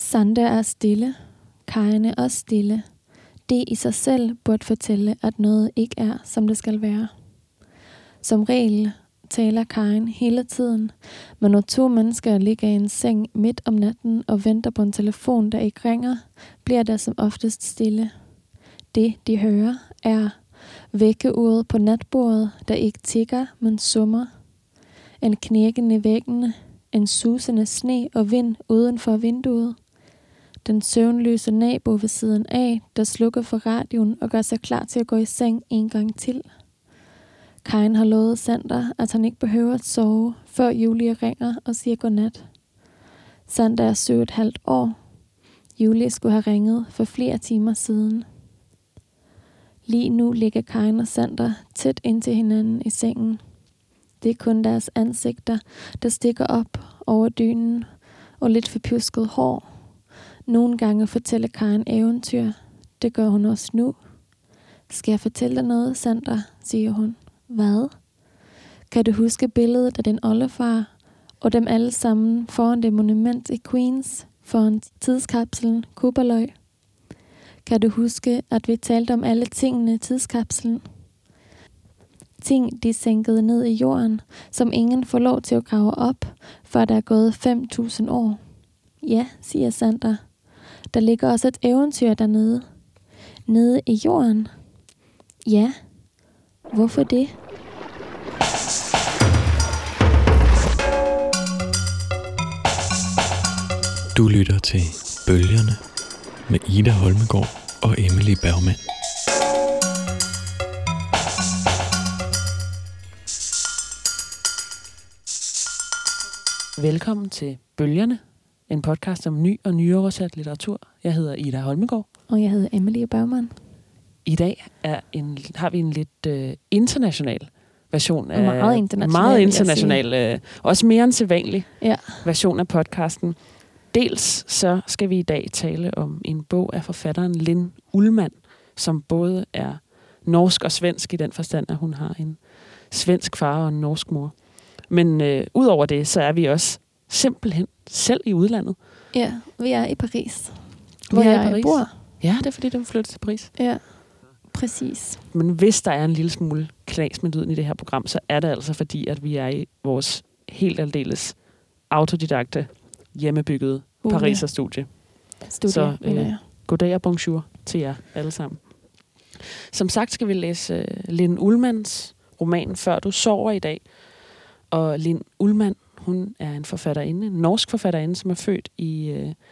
Sandra er stille. Karin er også stille. Det i sig selv burde fortælle, at noget ikke er, som det skal være. Som regel taler Karin hele tiden, men når to mennesker ligger i en seng midt om natten og venter på en telefon, der ikke ringer, bliver der som oftest stille. Det, de hører, er vækkeuret på natbordet, der ikke tikker, men summer. En knirken i væggene, en susende sne og vind uden for vinduet. Den søvnløse nabo ved siden af, der slukker for radioen og gør sig klar til at gå i seng en gang til. Karin har lovet Sander, at han ikke behøver at sove, før Julie ringer og siger godnat. Sander er 7,5 år. Julie skulle have ringet for flere timer siden. Lige nu ligger Karin og Sander tæt ind til hinanden i sengen. Det er kun deres ansigter, der stikker op over dynen og lidt forpjusket hår. Nogle gange fortæller Karin eventyr. Det gør hun også nu. Skal jeg fortælle dig noget, Sander, siger hun. Hvad? Kan du huske billedet af din oldefar og dem alle sammen foran det monument i Queens foran tidskapslen Kuberløg? Kan du huske, at vi talte om alle tingene i tidskapslen? Ting, de sænkede ned i jorden, som ingen får lov til at grave op, før der er gået 5.000 år. Ja, siger Sander. Der ligger også et eventyr dernede. Nede i jorden. Ja. Hvorfor det? Du lytter til Bølgerne med Ida Holmegård og Emily Bergman. Velkommen til Bølgerne, en podcast om ny og nyoversat litteratur. Jeg hedder Ida Holmegård. Og jeg hedder Emily Bergman. I dag har vi en lidt international version af... Meget international. Også mere end sædvanlig ja. Version af podcasten. Dels så skal vi i dag tale om en bog af forfatteren Linn Ullmann, som både er norsk og svensk i den forstand, at hun har en svensk far og en norsk mor. Men udover det, så er vi også simpelthen selv i udlandet. Ja, vi er i Paris. Hvor jeg bor. Ja, det er fordi, du flytter til Paris. Ja, præcis. Men hvis der er en lille smule knas med lyden i det her program, så er det altså fordi, at vi er i vores helt aldeles autodidakte, hjemmebyggede Pariser studie. Så goddag og bonjour til jer alle sammen. Som sagt skal vi læse Linn Ullmanns roman Før du sover i dag. Og Linn Ullmann, hun er en forfatterinde, en norsk forfatterinde, som er født i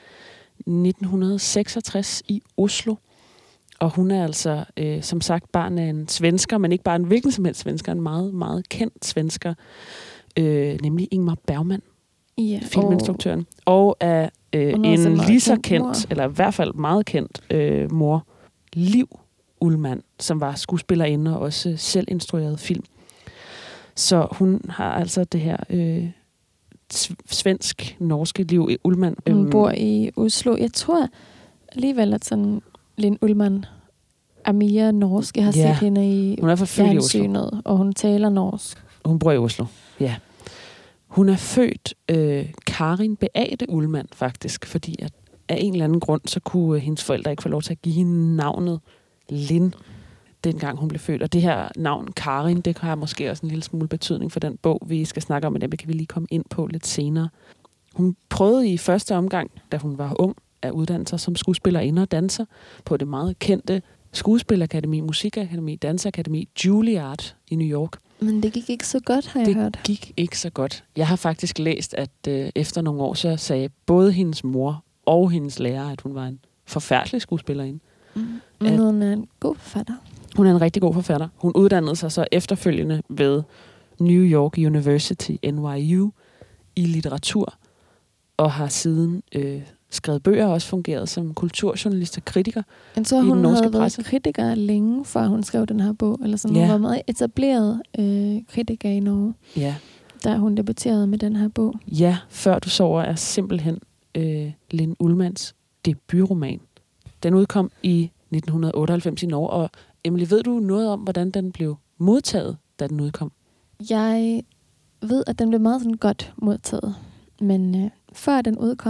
1966 i Oslo. Og hun er altså, som sagt, barn af en svensker, men ikke bare en hvilken som helst svensker, en meget, meget kendt svensker, nemlig Ingmar Bergman, filminstruktøren. Og af en lige så kendt, eller i hvert fald meget kendt mor, Liv Ullmann, som var skuespillerinde og også selv instrueret film. Så hun har altså det her svensk-norske Liv Ullmann. Hun bor i Oslo. Jeg tror alligevel, at sådan Linn Ullmann er mere norsk. Jeg har set hende i fjernsynet, og hun taler norsk. Hun bor i Oslo, ja. Hun er født Karin Beate Ullmann, faktisk, fordi at af en eller anden grund, så kunne hendes forældre ikke få lov til at give hende navnet Linn, dengang hun blev født. Og det her navn, Karin, det har måske også en lille smule betydning for den bog, vi skal snakke om, men det kan vi lige komme ind på lidt senere. Hun prøvede i første omgang, da hun var ung, at uddanne sig som skuespillerinde og danser på det meget kendte skuespilakademi, musikakademi, danseakademi, Juilliard i New York. Men det gik ikke så godt, har jeg hørt. Det gik ikke så godt. Jeg har faktisk læst, at efter nogle år, så sagde både hendes mor og hendes lærer, at hun var en forfærdelig skuespillerinde. Men hun er en god forfatter. Hun er en rigtig god forfatter. Hun uddannede sig så efterfølgende ved New York University, NYU, i litteratur, og har siden skrevet bøger og også fungeret som kulturjournalist og kritiker i den norske presse. Hun havde været kritiker længe, før hun skrev den her bog. Eller sådan. Hun var meget etableret kritiker i Norge, da hun debuterede med den her bog. Ja, Før du sover er simpelthen Linn Ullmanns debutroman. Den udkom i 1998 i Norge, og Emily, ved du noget om, hvordan den blev modtaget, da den udkom? Jeg ved, at den blev meget sådan godt modtaget. Men før den udkom,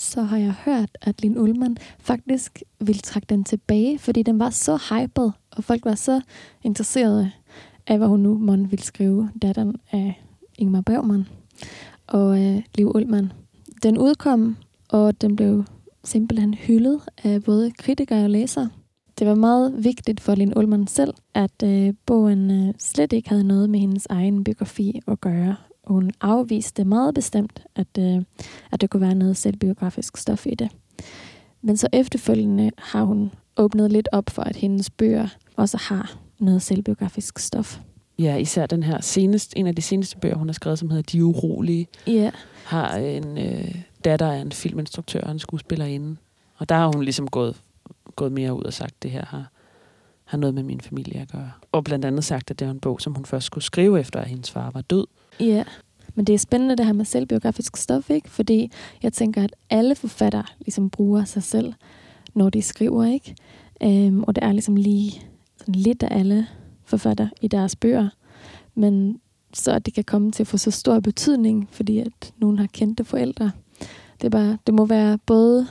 så har jeg hørt, at Linn Ullmann faktisk ville trække den tilbage, fordi den var så hyped, og folk var så interesserede af, hvad hun nu ville skrive, datteren af Ingmar Bergman og Liv Ullmann. Den udkom, og den blev simpelthen hyldet af både kritikere og læsere. Det var meget vigtigt for Linn Ullmann selv, at bogen slet ikke havde noget med hendes egen biografi at gøre. Hun afviste meget bestemt, at der kunne være noget selvbiografisk stof i det. Men så efterfølgende har hun åbnet lidt op for, at hendes bøger også har noget selvbiografisk stof. Ja, især den her en af de seneste bøger, hun har skrevet, som hedder De Urolige, har en datter af en filminstruktør og en skuespillerinde. Og der har hun ligesom gået mere ud og sagt, at det her har noget med min familie at gøre. Og blandt andet sagt, at det er en bog, som hun først skulle skrive efter, at hendes far var død. Ja, men det er spændende det her med selvbiografisk stof, ikke? Fordi jeg tænker, at alle forfattere ligesom bruger sig selv, når de skriver, ikke? Og det er ligesom lige sådan lidt af alle forfattere i deres bøger. Men så at det kan komme til at få så stor betydning, fordi at nogen har kendte forældre. Det må være både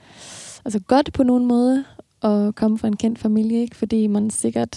godt på nogen måde at komme fra en kendt familie, ikke? Fordi man sikkert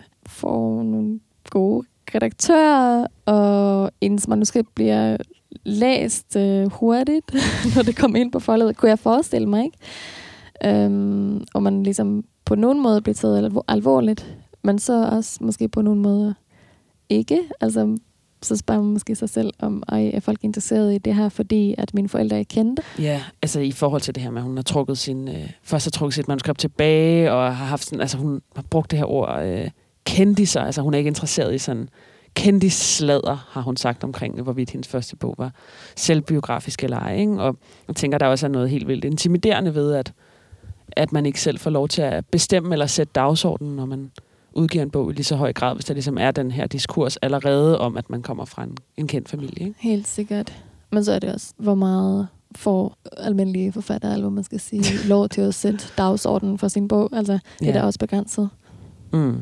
får nogle gode redaktører, og ens manuskript bliver læst hurtigt, når det kommer ind på forlaget, kunne jeg forestille mig, ikke? Og man ligesom på nogen måde bliver taget alvorligt, men så også måske på nogen måde ikke. Altså, så spørger man måske sig selv om, er folk interesseret i det her, fordi at mine forældre er kendte? Ja, altså i forhold til det her med, at hun har først har trukket sit manuskript tilbage, og har haft sådan, altså hun har brugt det her ord kendiser, altså hun er ikke interesseret i sådan kendissladder, har hun sagt omkring, hvorvidt hendes første bog var selvbiografisk eller ej, ikke? Og jeg tænker, der også er noget helt vildt intimiderende ved, at man ikke selv får lov til at bestemme eller sætte dagsordenen, når man udgiver en bog i lige så høj grad, hvis der ligesom er den her diskurs allerede om, at man kommer fra en kendt familie. Ikke? Helt sikkert. Men så er det også, hvor meget får almindelige forfattere, eller hvad man skal sige, lov til at sætte dagsordenen for sin bog. Altså, det er da også begrænset. Mm.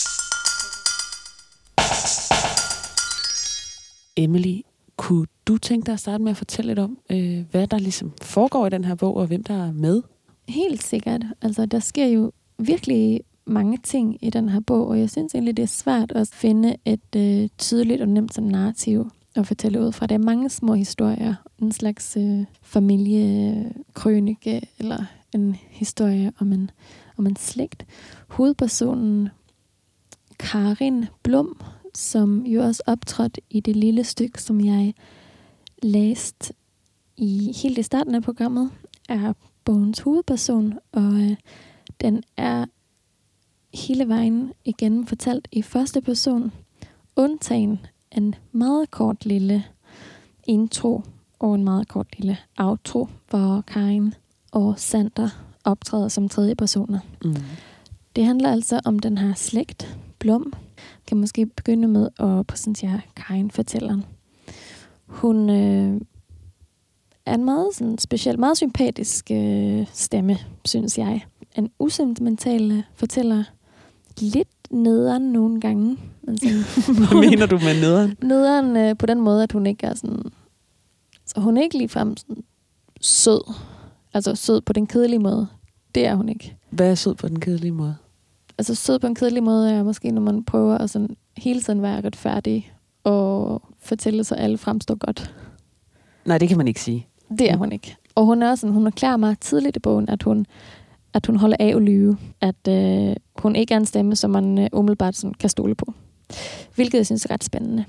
Emily, kunne du tænke dig at starte med at fortælle lidt om, hvad der ligesom foregår i den her bog, og hvem der er med? Helt sikkert. Altså, der sker jo virkelig mange ting i den her bog, og jeg synes egentlig, det er svært at finde et tydeligt og nemt sådan narrativ at fortælle ud fra. Der er mange små historier, en slags familiekrønike, eller en historie om en slægt. Hovedpersonen Karin Blum, som jo også optrådte i det lille stykke, som jeg læste helt i starten af programmet, er bogens hovedperson, og den er hele vejen igen fortalt i første person, undtagen en meget kort lille intro og en meget kort lille outro, hvor Karin og Sander optræder som tredje personer. Mm. Det handler altså om den her slægt, Blum. Kan måske begynde med at præsentere Karin fortælleren. Hun er en meget sådan, speciel, meget sympatisk stemme, synes jeg. En usentimental fortæller, lidt nederen nogle gange. Men sådan, hvad mener du med nederen? Nederen på den måde, at hun ikke er sådan... Så hun er ikke ligefrem sådan sød. Altså sød på den kedelige måde. Det er hun ikke. Hvad er sød på den kedelige måde? Altså sød på en kedelig måde er måske, når man prøver at sådan, hele tiden være retfærdig og fortælle sig, at alle fremstår godt. Nej, det kan man ikke sige. Det er hun ikke. Og hun er også sådan, hun erklærer meget tidligt i bogen, at hun holder af at lyve. At hun ikke er en stemme, som man umiddelbart sådan, kan stole på. Hvilket jeg synes er ret spændende.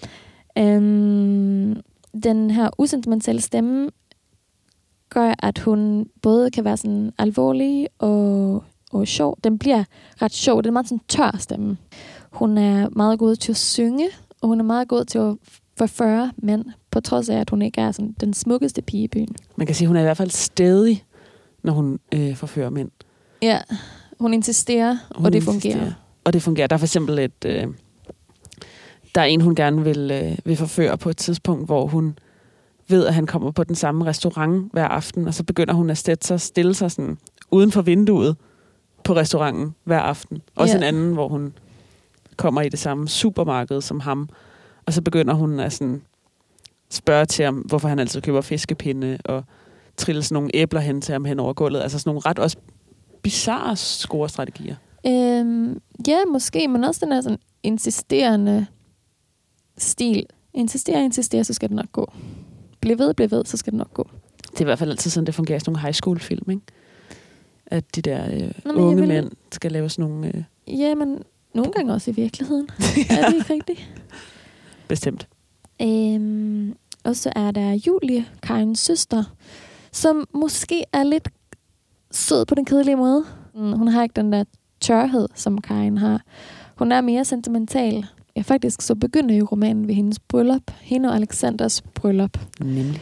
Den her usentimentale stemme gør, at hun både kan være sådan alvorlig og sjov. Den bliver ret sjov. Det er en meget sådan tør stemme. Hun er meget god til at synge, og hun er meget god til at forføre mænd, på trods af, at hun ikke er sådan den smukkeste pige i byen. Man kan sige, at hun er i hvert fald stædig, når hun forfører mænd. Ja, hun insisterer, og det fungerer. Og det fungerer. Der er for eksempel der er en, hun gerne vil forføre på et tidspunkt, hvor hun ved, at han kommer på den samme restaurant hver aften, og så begynder hun at stille sig sådan uden for vinduet på restauranten hver aften. Også en anden, hvor hun kommer i det samme supermarked som ham, og så begynder hun at sådan spørge til ham, hvorfor han altid køber fiskepinde, og trille sådan nogle æbler hen over gulvet. Altså sådan nogle ret også bizarre scorestrategier. Ja, måske, men også den her sådan insisterende stil. Insister, så skal det nok gå. Bliv ved, så skal det nok gå. Det er i hvert fald altid sådan, det fungerer i sådan nogle high school film, ikke? At de der unge mænd skal lave sådan nogle... Ja, men nogle gange også i virkeligheden. Er det ikke rigtigt? Bestemt. Og så er der Julie, Karins søster, som måske er lidt sød på den kedelige måde. Hun har ikke den der tørhed, som Karin har. Hun er mere sentimental. Ja, faktisk så begynder jo romanen ved hendes bryllup. Hende og Alexanders bryllup. Nemlig.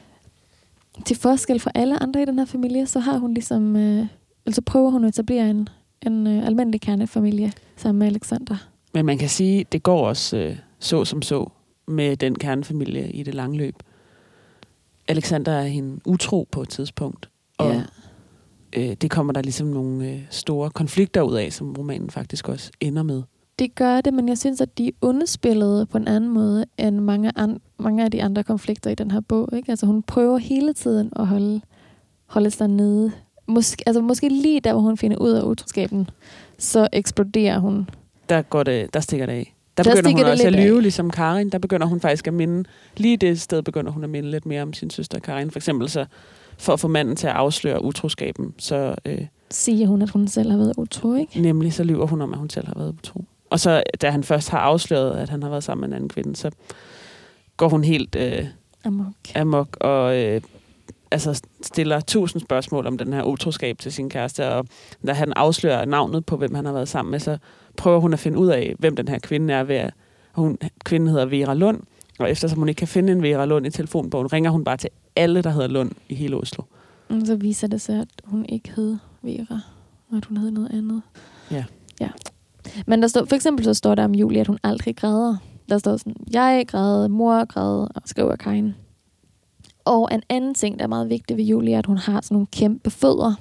Til forskel fra alle andre i den her familie, så har hun ligesom... altså prøver hun at etablere en almindelig kernefamilie sammen med Alexander. Men man kan sige, det går også så med den kernefamilie i det lange løb. Alexander er hende utro på et tidspunkt. Og det kommer der ligesom nogle store konflikter ud af, som romanen faktisk også ender med. Det gør det, men jeg synes, at de er underspillede på en anden måde end mange af de andre konflikter i den her bog. Ikke? Altså hun prøver hele tiden at holde sig nede. Måske lige der, hvor hun finder ud af utroskaben, så eksploderer hun. Der stikker det af. Der begynder hun også at lyve, ligesom Karin. Der begynder hun faktisk at minde, lige det sted begynder hun at minde lidt mere om sin søster Karin. For eksempel så, for at få manden til at afsløre utroskaben, så... siger hun, at hun selv har været utro, ikke? Nemlig, så lyver hun om, at hun selv har været utro. Og så, da han først har afsløret, at han har været sammen med en anden kvinde, så går hun helt amok og stiller 1000 spørgsmål om den her utroskab til sin kæreste. Og da han afslører navnet på, hvem han har været sammen med, så prøver hun at finde ud af, hvem den her kvinde er. Kvinden hedder Vera Lund, og eftersom hun ikke kan finde en Vera Lund i telefonbogen, ringer hun bare til alle, der hedder Lund i hele Oslo. Så viser det sig, at hun ikke hed Vera, og at hun hed noget andet. Ja. Men for eksempel så står der om Julie, at hun aldrig græder. Der står sådan, jeg græder, mor græder, og skriver Karin. Og en anden ting, der er meget vigtig ved Julie, er, at hun har sådan nogle kæmpe fødder.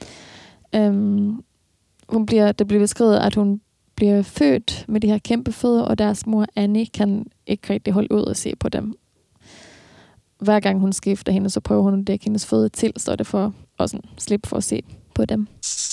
Det bliver beskrevet, at hun bliver født med de her kæmpe fødder, og deres mor Annie kan ikke rigtig holde ud og se på dem. Hver gang hun skifter hende, så prøver hun at dække hendes fødder til, så det for at sådan, slippe for at se på dem.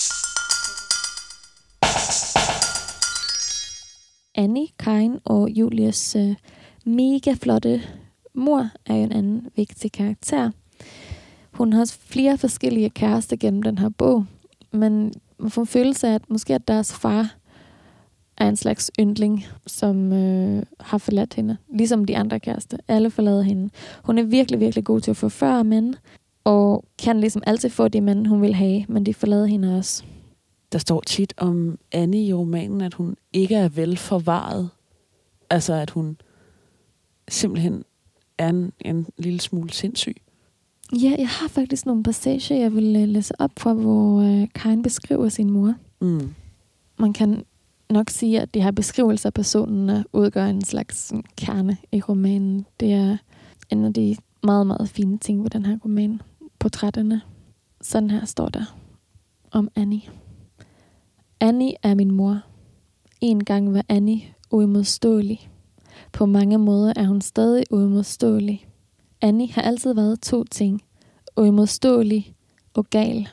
Annie, Karin og Julies mega flotte mor er jo en anden vigtig karakter. Hun har flere forskellige kærester gennem den her bog, men man får en følelse af, at måske at deres far er en slags yndling, som har forladt hende. Ligesom de andre kærester. Alle forlader hende. Hun er virkelig, virkelig god til at forføre mænd, og kan ligesom altid få de mænd, hun vil have, men de forlader hende også. Der står tit om Annie i romanen, at hun ikke er vel forvaret. Altså, at hun simpelthen er en lille smule sindssyg. Ja, jeg har faktisk nogle passager, jeg vil læse op fra, hvor Karin beskriver sin mor. Man kan nok sige, at de her beskrivelser af personerne udgør en slags kerne i romanen. Det er en af de meget, meget fine ting ved den her roman. Portrætterne. Sådan her står der om Annie. Annie er min mor. En gang var Annie uimodståelig. På mange måder er hun stadig uimodståelig. Annie har altid været 2 ting. Uimodståelig og gal.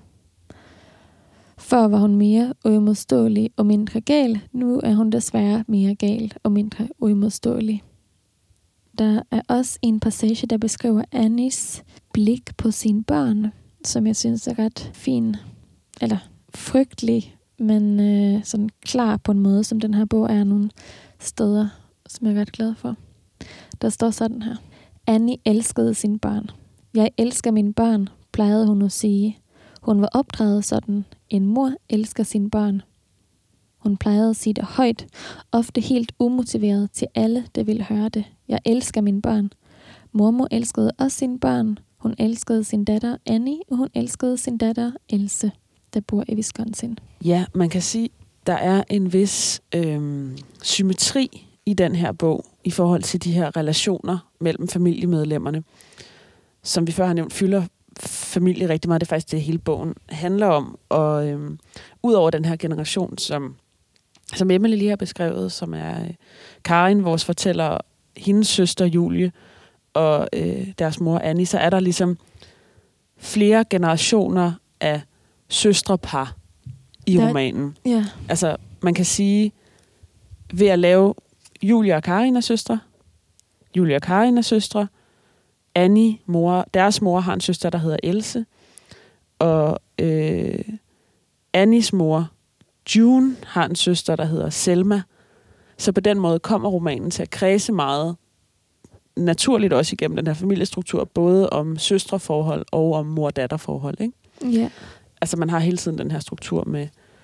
Før var hun mere uimodståelig og mindre gal. Nu er hun desværre mere gal og mindre uimodståelig. Der er også en passage, der beskriver Annies blik på sine børn, som jeg synes er ret fin. Eller frygtelig, men sådan klar på en måde, som den her bog er nogle steder, som jeg er ret glad for. Der står sådan her. Annie elskede sine børn. Jeg elsker mine børn, plejede hun at sige. Hun var opdraget sådan. En mor elsker sine børn. Hun plejede at sige det højt, ofte helt umotiveret til alle, der ville høre det. Jeg elsker mine børn. Mormor elskede også sine børn. Hun elskede sin datter Annie, og hun elskede sin datter Else, der bor i Wisconsin. Ja, man kan sige, der er en vis symmetri i den her bog, i forhold til de her relationer mellem familiemedlemmerne, som vi før har nævnt, fylder familie rigtig meget. Det er faktisk det, hele bogen handler om. Og ud over den her generation, som Emily lige har beskrevet, som er Karin, vores fortæller, hendes søster Julie og deres mor Annie, så er der ligesom flere generationer af søstrepar i romanen. Ja. Altså, man kan sige, ved at lave Julia og Karin er søstre, Julia og Karin er søstre, Annie, deres mor har en søster, der hedder Else, og Annies mor, June, har en søster, der hedder Selma. Så på den måde kommer romanen til at kredse meget naturligt også igennem den her familiestruktur, både om søstreforhold og om mor-datter-forhold, ikke? Ja. Altså man har hele tiden den her struktur med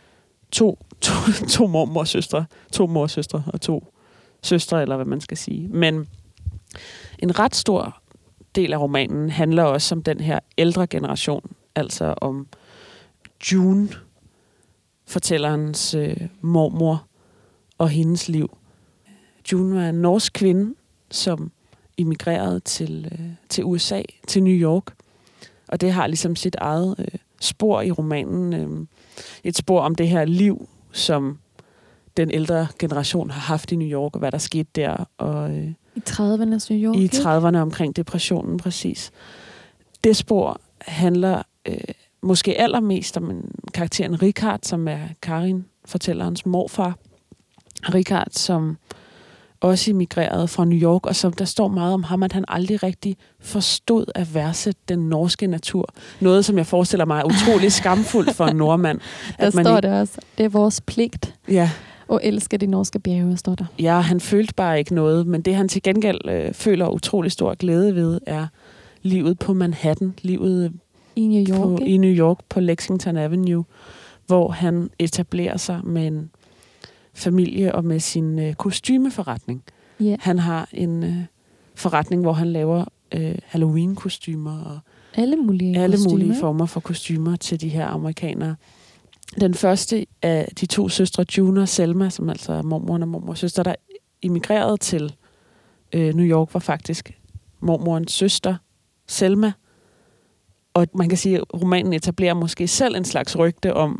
to mormorsøstre, to morsøstre og to søstre, eller hvad man skal sige. Men en ret stor del af romanen handler også om den her ældre generation, altså om June, fortællerens mormor og hendes liv. June var en norsk kvinde, som emigrerede til USA, til New York. Og det har ligesom sit eget spor i romanen. Et spor om det her liv, som den ældre generation har haft i New York, og hvad der skete der. Og, I 30'ernes New York. I 30'erne omkring depressionen, præcis. Det spor handler måske allermest om karakteren Richard, som er Karin, fortællerens morfar. Richard, som også emigrerede fra New York, og som der står meget om ham, at han aldrig rigtig forstod at værdsætte den norske natur. Noget, som jeg forestiller mig er utrolig skamfuldt for en nordmand. Der står det også. Det er vores pligt. Ja. Og elsker de norske bjerge, står der. Ja, han følte bare ikke noget, men det han til gengæld føler utrolig stor glæde ved, er livet på Manhattan, livet i New York på Lexington Avenue, hvor han etablerer sig med en familie og med sin kostymeforretning. Yeah. Han har en forretning, hvor han laver Halloween-kostymer og alle mulige former for kostymer til de her amerikanere. Den første af de to søstre, June og Selma, som altså er mormoren og mormors søster, der emigrerede til New York, var faktisk mormorens søster, Selma. Og man kan sige, at romanen etablerer måske selv en slags rygte om,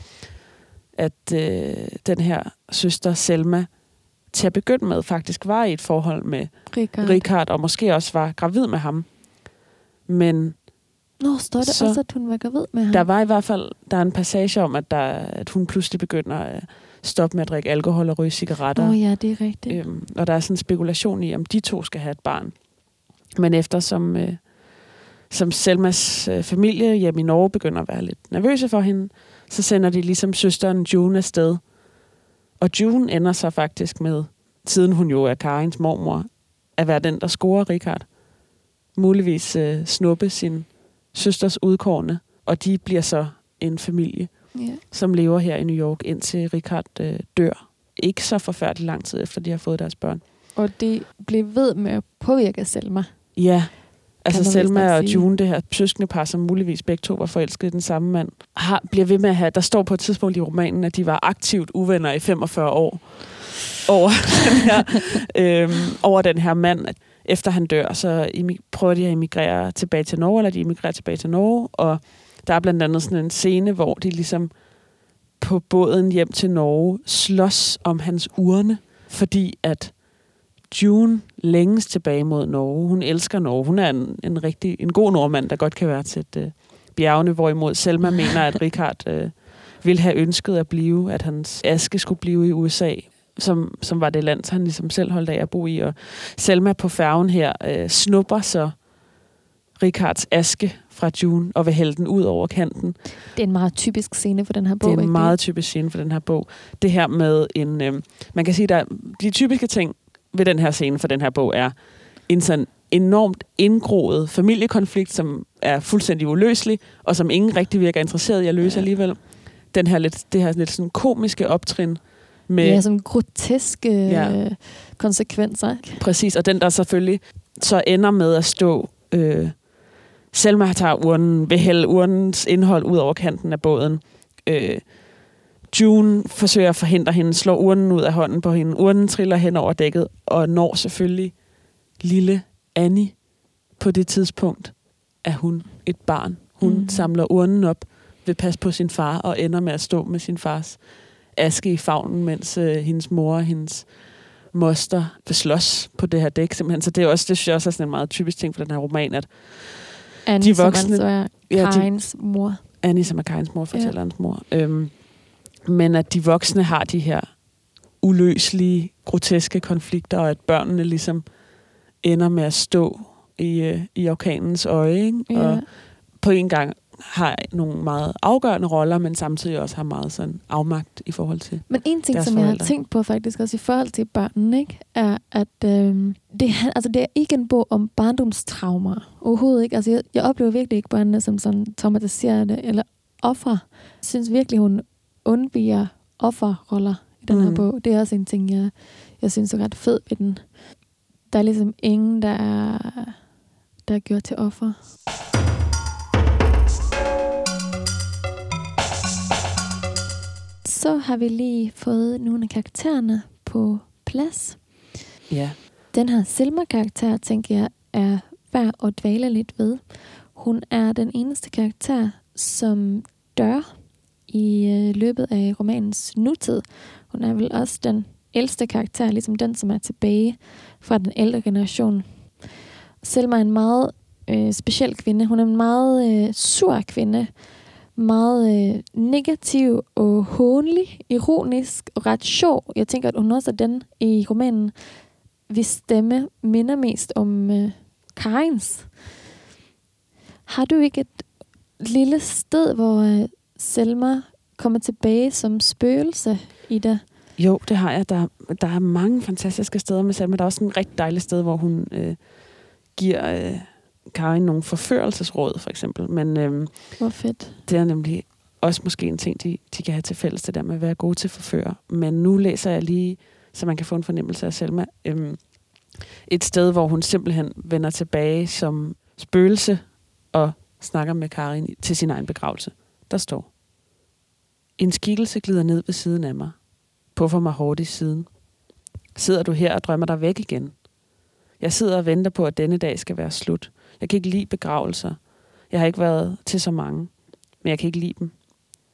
at den her søster, Selma, til at begynde med faktisk var i et forhold med Richard, og måske også var gravid med ham. Men står der også, at hun var gravid med ham? Der var i hvert fald der en passage om, at hun pludselig begynder at stoppe med at drikke alkohol og ryge cigaretter. Ja, det er rigtigt. Og der er sådan en spekulation i, om de to skal have et barn. Men eftersom som Selmas familie hjemme i Norge begynder at være lidt nervøse for hende, så sender de ligesom søsteren June afsted. Og June ender så faktisk med, siden hun jo er Karins mormor, at være den, der scorer Richard. Muligvis snuppe sin søsters udkårne, og de bliver så en familie, som lever her i New York, indtil Richard dør. Ikke så forfærdeligt lang tid efter, de har fået deres børn. Og det blev ved med at påvirke Selma. Ja, altså Selma og June, det her søskendepar, som muligvis begge to var forelskede i den samme mand, bliver ved med at have, der står på et tidspunkt i romanen, at de var aktivt uvenner i 45 år over den her mand. Efter han dør, så prøver de at emigrere tilbage til Norge, eller de emigrerer tilbage til Norge, og der er blandt andet sådan en scene, hvor de ligesom på båden hjem til Norge slås om hans urne, fordi at June længes tilbage mod Norge. Hun elsker Norge. Hun er en god nordmand, der godt kan være til et bjergene, hvorimod Selma mener, at Richard ville have ønsket at blive, at hans aske skulle blive i USA, som var det land, han ligesom selv holdt af at bo i. Og Selma på færgen her snupper så Richards aske fra June og vil hælde den ud over kanten. Det er en meget typisk scene for den her bog. Det er en meget typisk scene for den her bog. Det her med man kan sige, der de typiske ting ved den her scene for den her bog er en sådan enormt indgroet familiekonflikt, som er fuldstændig uløselig, og som ingen rigtig virker interesseret i at løse alligevel. Det her lidt sådan komiske optrin med sådan groteske konsekvenser. Præcis, og den der selvfølgelig så ender med at stå Selma tager urnen, vil hælde urnens indhold ud over kanten af båden. June forsøger at forhindre hende, slår urnen ud af hånden på hende. Urnen triller hen over dækket, og når selvfølgelig lille Annie. På det tidspunkt er hun et barn. Hun samler urnen op, vil passe på sin far, og ender med at stå med sin fars aske i favnen, mens hendes mor og hendes moster vil slås på det her dæk. Simpelthen. Så det synes jeg også er sådan en meget typisk ting for den her roman, Annie, de voksne, som altså er Karins mor. Annie, som er Karins mor, fortællerens mor. Men at de voksne har de her uløselige, groteske konflikter, og at børnene ligesom ender med at stå i orkanens øje, ikke? Ja. Og på en gang har nogle meget afgørende roller, men samtidig også har meget sådan afmagt i forhold til. Men en ting, som forældre. jeg har tænkt på faktisk også i forhold til børnene, ikke, er, at det er ikke en bog om barndomstraumer. Overhovedet ikke. Altså, jeg oplever virkelig ikke børnene som sådan traumatiserede eller ofre. Jeg synes virkelig, hun undviger offerroller i den her bog. Det er også en ting, jeg synes er ret fed ved den. Der er ligesom ingen, der er gjort til offer. Så har vi lige fået nogle af karaktererne på plads. Ja. Den her Selma-karakter, tænker jeg, er værd at dvæle lidt ved. Hun er den eneste karakter, som dør i løbet af romanens nutid. Hun er vel også den ældste karakter, ligesom den, som er tilbage fra den ældre generation. Selma er en meget speciel kvinde. Hun er en meget sur kvinde. Meget negativ og hånlig, ironisk og ret sjov. Jeg tænker, at hun også er den i romanen, hvis stemme minder mest om Karins. Har du ikke et lille sted, hvor Selma kommer tilbage som spøgelse i det? Jo, det har jeg. Der er mange fantastiske steder med Selma. Der er også en rigtig dejlig sted, hvor hun giver Karin nogle forførelsesråd, for eksempel. Men hvor fedt. Det er nemlig også måske en ting, de kan have til fælles, det der med at være gode til forfører. Men nu læser jeg lige, så man kan få en fornemmelse af Selma, et sted, hvor hun simpelthen vender tilbage som spøgelse og snakker med Karin til sin egen begravelse. Der står: en skikkelse glider ned ved siden af mig. Puffer mig hårdt i siden. Sidder du her og drømmer dig væk igen? Jeg sidder og venter på, at denne dag skal være slut. Jeg kan ikke lide begravelser. Jeg har ikke været til så mange, men jeg kan ikke lide dem.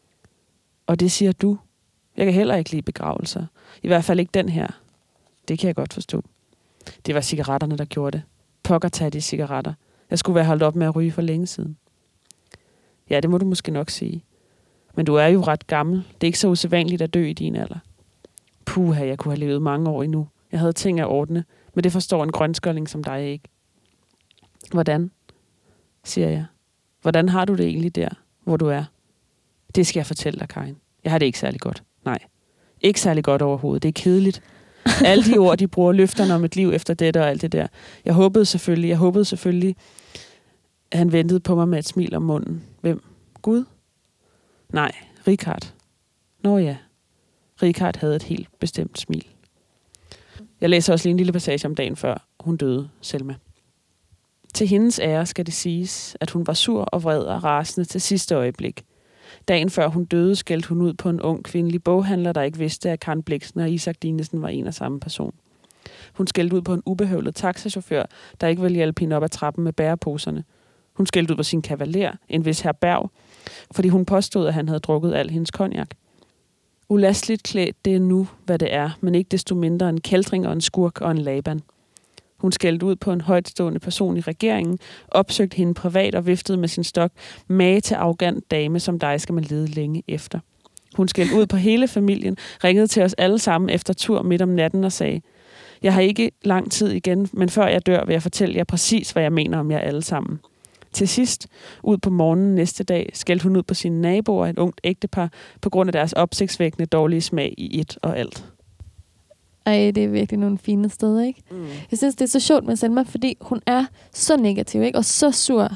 Og det siger du. Jeg kan heller ikke lide begravelser. I hvert fald ikke den her. Det kan jeg godt forstå. Det var cigaretterne, der gjorde det. Pokker tage de cigaretter. Jeg skulle være holdt op med at ryge for længe siden. Ja, det må du måske nok sige. Men du er jo ret gammel. Det er ikke så usædvanligt at dø i din alder. Puha, jeg kunne have levet mange år endnu. Jeg havde ting at ordne, men det forstår en grønskolling som dig ikke. Hvordan? Siger jeg. Hvordan har du det egentlig der, hvor du er? Det skal jeg fortælle dig, Karin. Jeg har det ikke særlig godt. Nej. Ikke særlig godt overhovedet. Det er kedeligt. Alle de ord, de bruger, løfterne om et liv efter dette og alt det der. Jeg håbede selvfølgelig, at han ventede på mig med et smil om munden. Hvem? Gud? Nej, Richard. Nå ja. Richard havde et helt bestemt smil. Jeg læser også lige en lille passage om dagen før hun døde, Selma. Til hendes ære skal det siges, at hun var sur og vred og rasende til sidste øjeblik. Dagen før hun døde, skældte hun ud på en ung kvindelig boghandler, der ikke vidste, at Karen Blixen og Isak Dinesen var en og samme person. Hun skældte ud på en ubehøvlet taxachauffør, der ikke ville hjælpe hende op ad trappen med bæreposerne. Hun skældte ud på sin kavaler, en vis herr Berg, fordi hun påstod, at han havde drukket al hendes konjak. Ulasteligt klædt, det er nu, hvad det er, men ikke desto mindre en kældring og en skurk og en Laban. Hun skældte ud på en højtstående person i regeringen, opsøgte hende privat og viftede med sin stok. Mage til arrogant dame, som dig skal man lede længe efter. Hun skældte ud på hele familien, ringede til os alle sammen efter tur midt om natten og sagde: jeg har ikke lang tid igen, men før jeg dør, vil jeg fortælle jer præcis, hvad jeg mener om jer alle sammen. Til sidst, ud på morgenen næste dag, skældte hun ud på sine naboer, et ungt ægtepar, på grund af deres opsigtsvækkende dårlige smag i et og alt. Ej, det er virkelig nogle fine steder, ikke? Jeg synes, det er så sjovt med Selma, fordi hun er så negativ, ikke? Og så sur.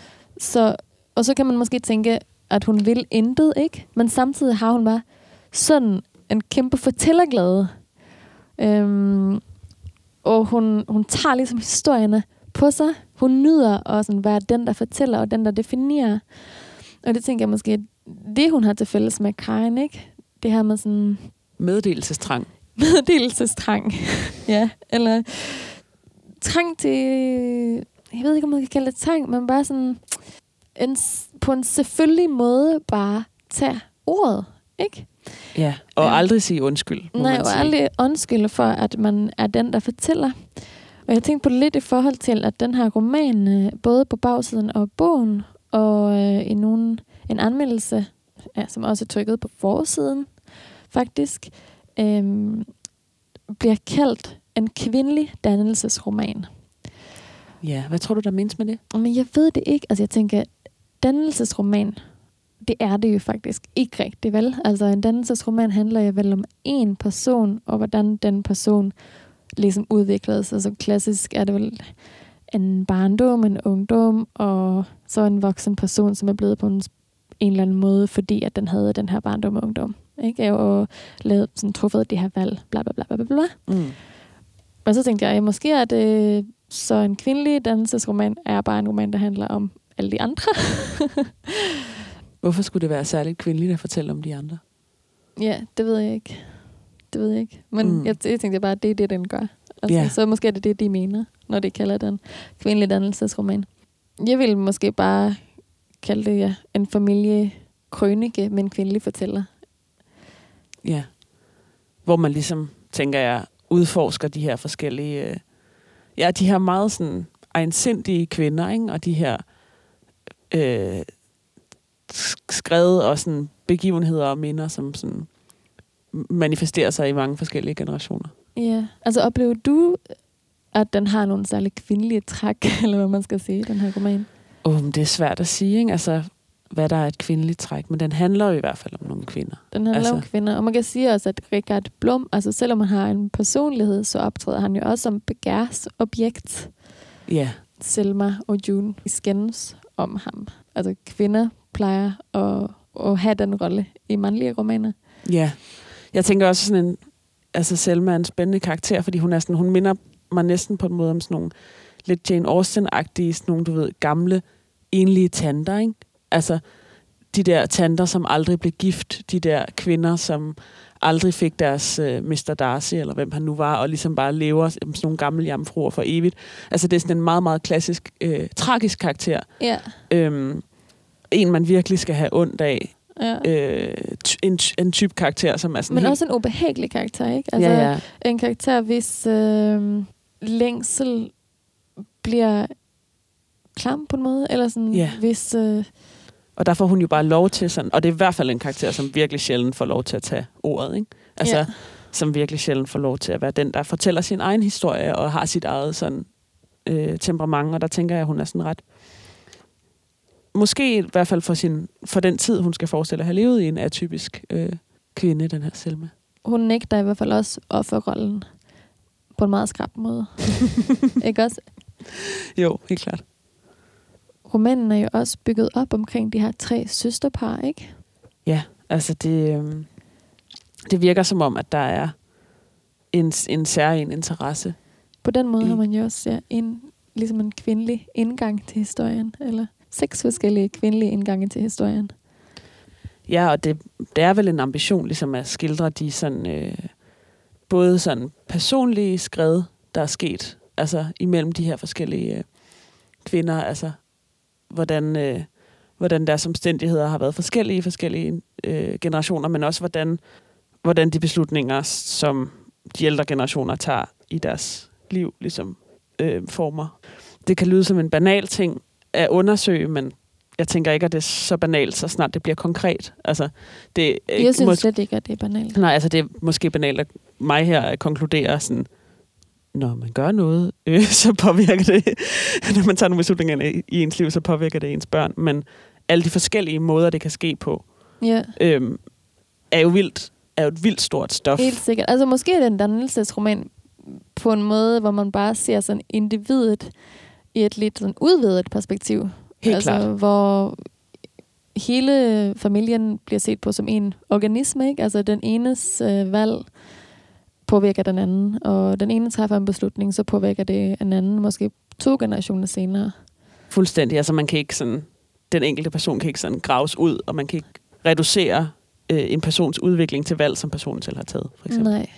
Og så kan man måske tænke, at hun vil intet, ikke? Men samtidig har hun bare sådan en kæmpe fortællerglæde. Og hun tager ligesom historierne på sig. Hun nyder at være den, der fortæller, og den, der definerer. Og det tænker jeg måske, det hun har til fælles med Karin, ikke? Det her med sådan... Meddelelsestrang. Ja, eller trang til, jeg ved ikke, om man kan kalde det trang, men bare sådan på en selvfølgelig måde bare tage ordet, ikke? Ja, og aldrig sige undskyld. Nej, og aldrig undskylde for, at man er den, der fortæller. Og jeg tænkte på det lidt i forhold til, at den her roman, både på bagsiden og bogen, og i en anmeldelse, som også er trykket på forsiden, faktisk, bliver kaldt en kvindelig dannelsesroman. Ja, hvad tror du, der menes med det? Men jeg ved det ikke. Altså jeg tænker, dannelsesroman, det er det jo faktisk ikke rigtigt, vel? Altså en dannelsesroman handler jo vel om en person, og hvordan den person ligesom udvikles. Altså klassisk er det vel en barndom, en ungdom, og så en voksen person, som er blevet på en eller anden måde, fordi at den havde den her barndom og ungdom. Ikke? Og lavet sådan, truffet det her valg, bla bla bla bla bla. Mm. Og så tænkte jeg, måske er det så en kvindelig dannelsesroman, er bare en roman, der handler om alle de andre. Hvorfor skulle det være særligt kvindeligt at fortælle om de andre? Ja, det ved jeg ikke. Men jeg tænkte bare, at det er det, den gør. Altså, Så måske er det det, de mener, når de kalder den kvindelig dannelsesroman. Jeg vil måske bare kalde det en familiekrønike med en kvindelig fortæller. Ja. Hvor man ligesom, tænker jeg, udforsker de her forskellige... de her meget sådan egensindige kvinder, ikke? Og de her skrevet og sådan begivenheder og minder, som sådan manifesterer sig i mange forskellige generationer. Ja, altså oplever du, at den har nogle særlig kvindelige træk, eller hvad man skal sige, den her roman? Det er svært at sige, ikke? Altså, hvad der er et kvindeligt træk, men den handler jo i hvert fald om nogle kvinder. Den handler om kvinder, og man kan sige også, at Richard Blum, altså selvom han har en personlighed, så optræder han jo også som begærsobjekt. Ja. Selma og June skændes om ham. Altså kvinder plejer at have den rolle i mandlige romaner. Ja. Jeg tænker også sådan Selma er en spændende karakter, fordi hun minder mig næsten på en måde om sådan nogle lidt Jane Austen-agtige, sådan nogle, du ved, gamle, enlige tanter, ikke? Altså, de der tanter, som aldrig blev gift, de der kvinder, som aldrig fik deres Mr. Darcy, eller hvem han nu var, og ligesom bare lever som sådan nogle gamle jomfruer for evigt. Altså, det er sådan en meget, meget klassisk, tragisk karakter. Ja. En, man virkelig skal have ondt af. Ja. En type karakter, som er sådan men også en ubehagelig karakter, ikke? Altså, en karakter, hvis længsel bliver klam på en måde, eller sådan, hvis... Og der får hun jo bare lov til sådan, og det er i hvert fald en karakter, som virkelig sjældent får lov til at tage ordet, ikke? Altså, som virkelig sjældent får lov til at være den, der fortæller sin egen historie, og har sit eget sådan temperament, og der tænker jeg, at hun er sådan ret... Måske i hvert fald for den tid, hun skal forestille at have levet i, en atypisk kvinde, den her Selma. Hun nægter i hvert fald også offerrollen på en meget skrap måde. Ikke også? Jo, helt klart. Romanen er jo også bygget op omkring de her 3 søsterpar, ikke? Ja, altså det virker som om, at der er en særlig interesse. På den måde har man jo også ligesom en kvindelig indgang til historien, eller 6 forskellige kvindelige indgange til historien. Ja, og det er vel en ambition ligesom at skildre de sådan både sådan personlige skred, der er sket, altså imellem de her forskellige kvinder, altså hvordan deres omstændigheder har været forskellige i forskellige generationer, men også hvordan de beslutninger, som de ældre generationer tager i deres liv, ligesom former. Det kan lyde som en banal ting at undersøge, men jeg tænker ikke, at det er så banalt, så snart det bliver konkret. Altså, jeg synes slet ikke, at det er banalt. Nej, altså det er måske banalt at mig her at konkludere sådan, når man gør noget, så påvirker det, når man tager nogle beslutninger i ens liv, så påvirker det ens børn. Men alle de forskellige måder, det kan ske på, er jo et vildt stort stof. Helt sikkert. Altså måske er det en dannelsesroman på en måde, hvor man bare ser sådan individet i et lidt sådan udvidet perspektiv. Helt klart. Hvor hele familien bliver set på som en organisme, ikke? Altså den enes valg påvirker den anden, og den ene træffer en beslutning, så påvirker det en anden, måske 2 generationer senere. Fuldstændig. Altså man kan ikke sådan, den enkelte person kan ikke sådan graves ud, og man kan ikke reducere en persons udvikling til valg, som personen selv har taget, for eksempel. Nej.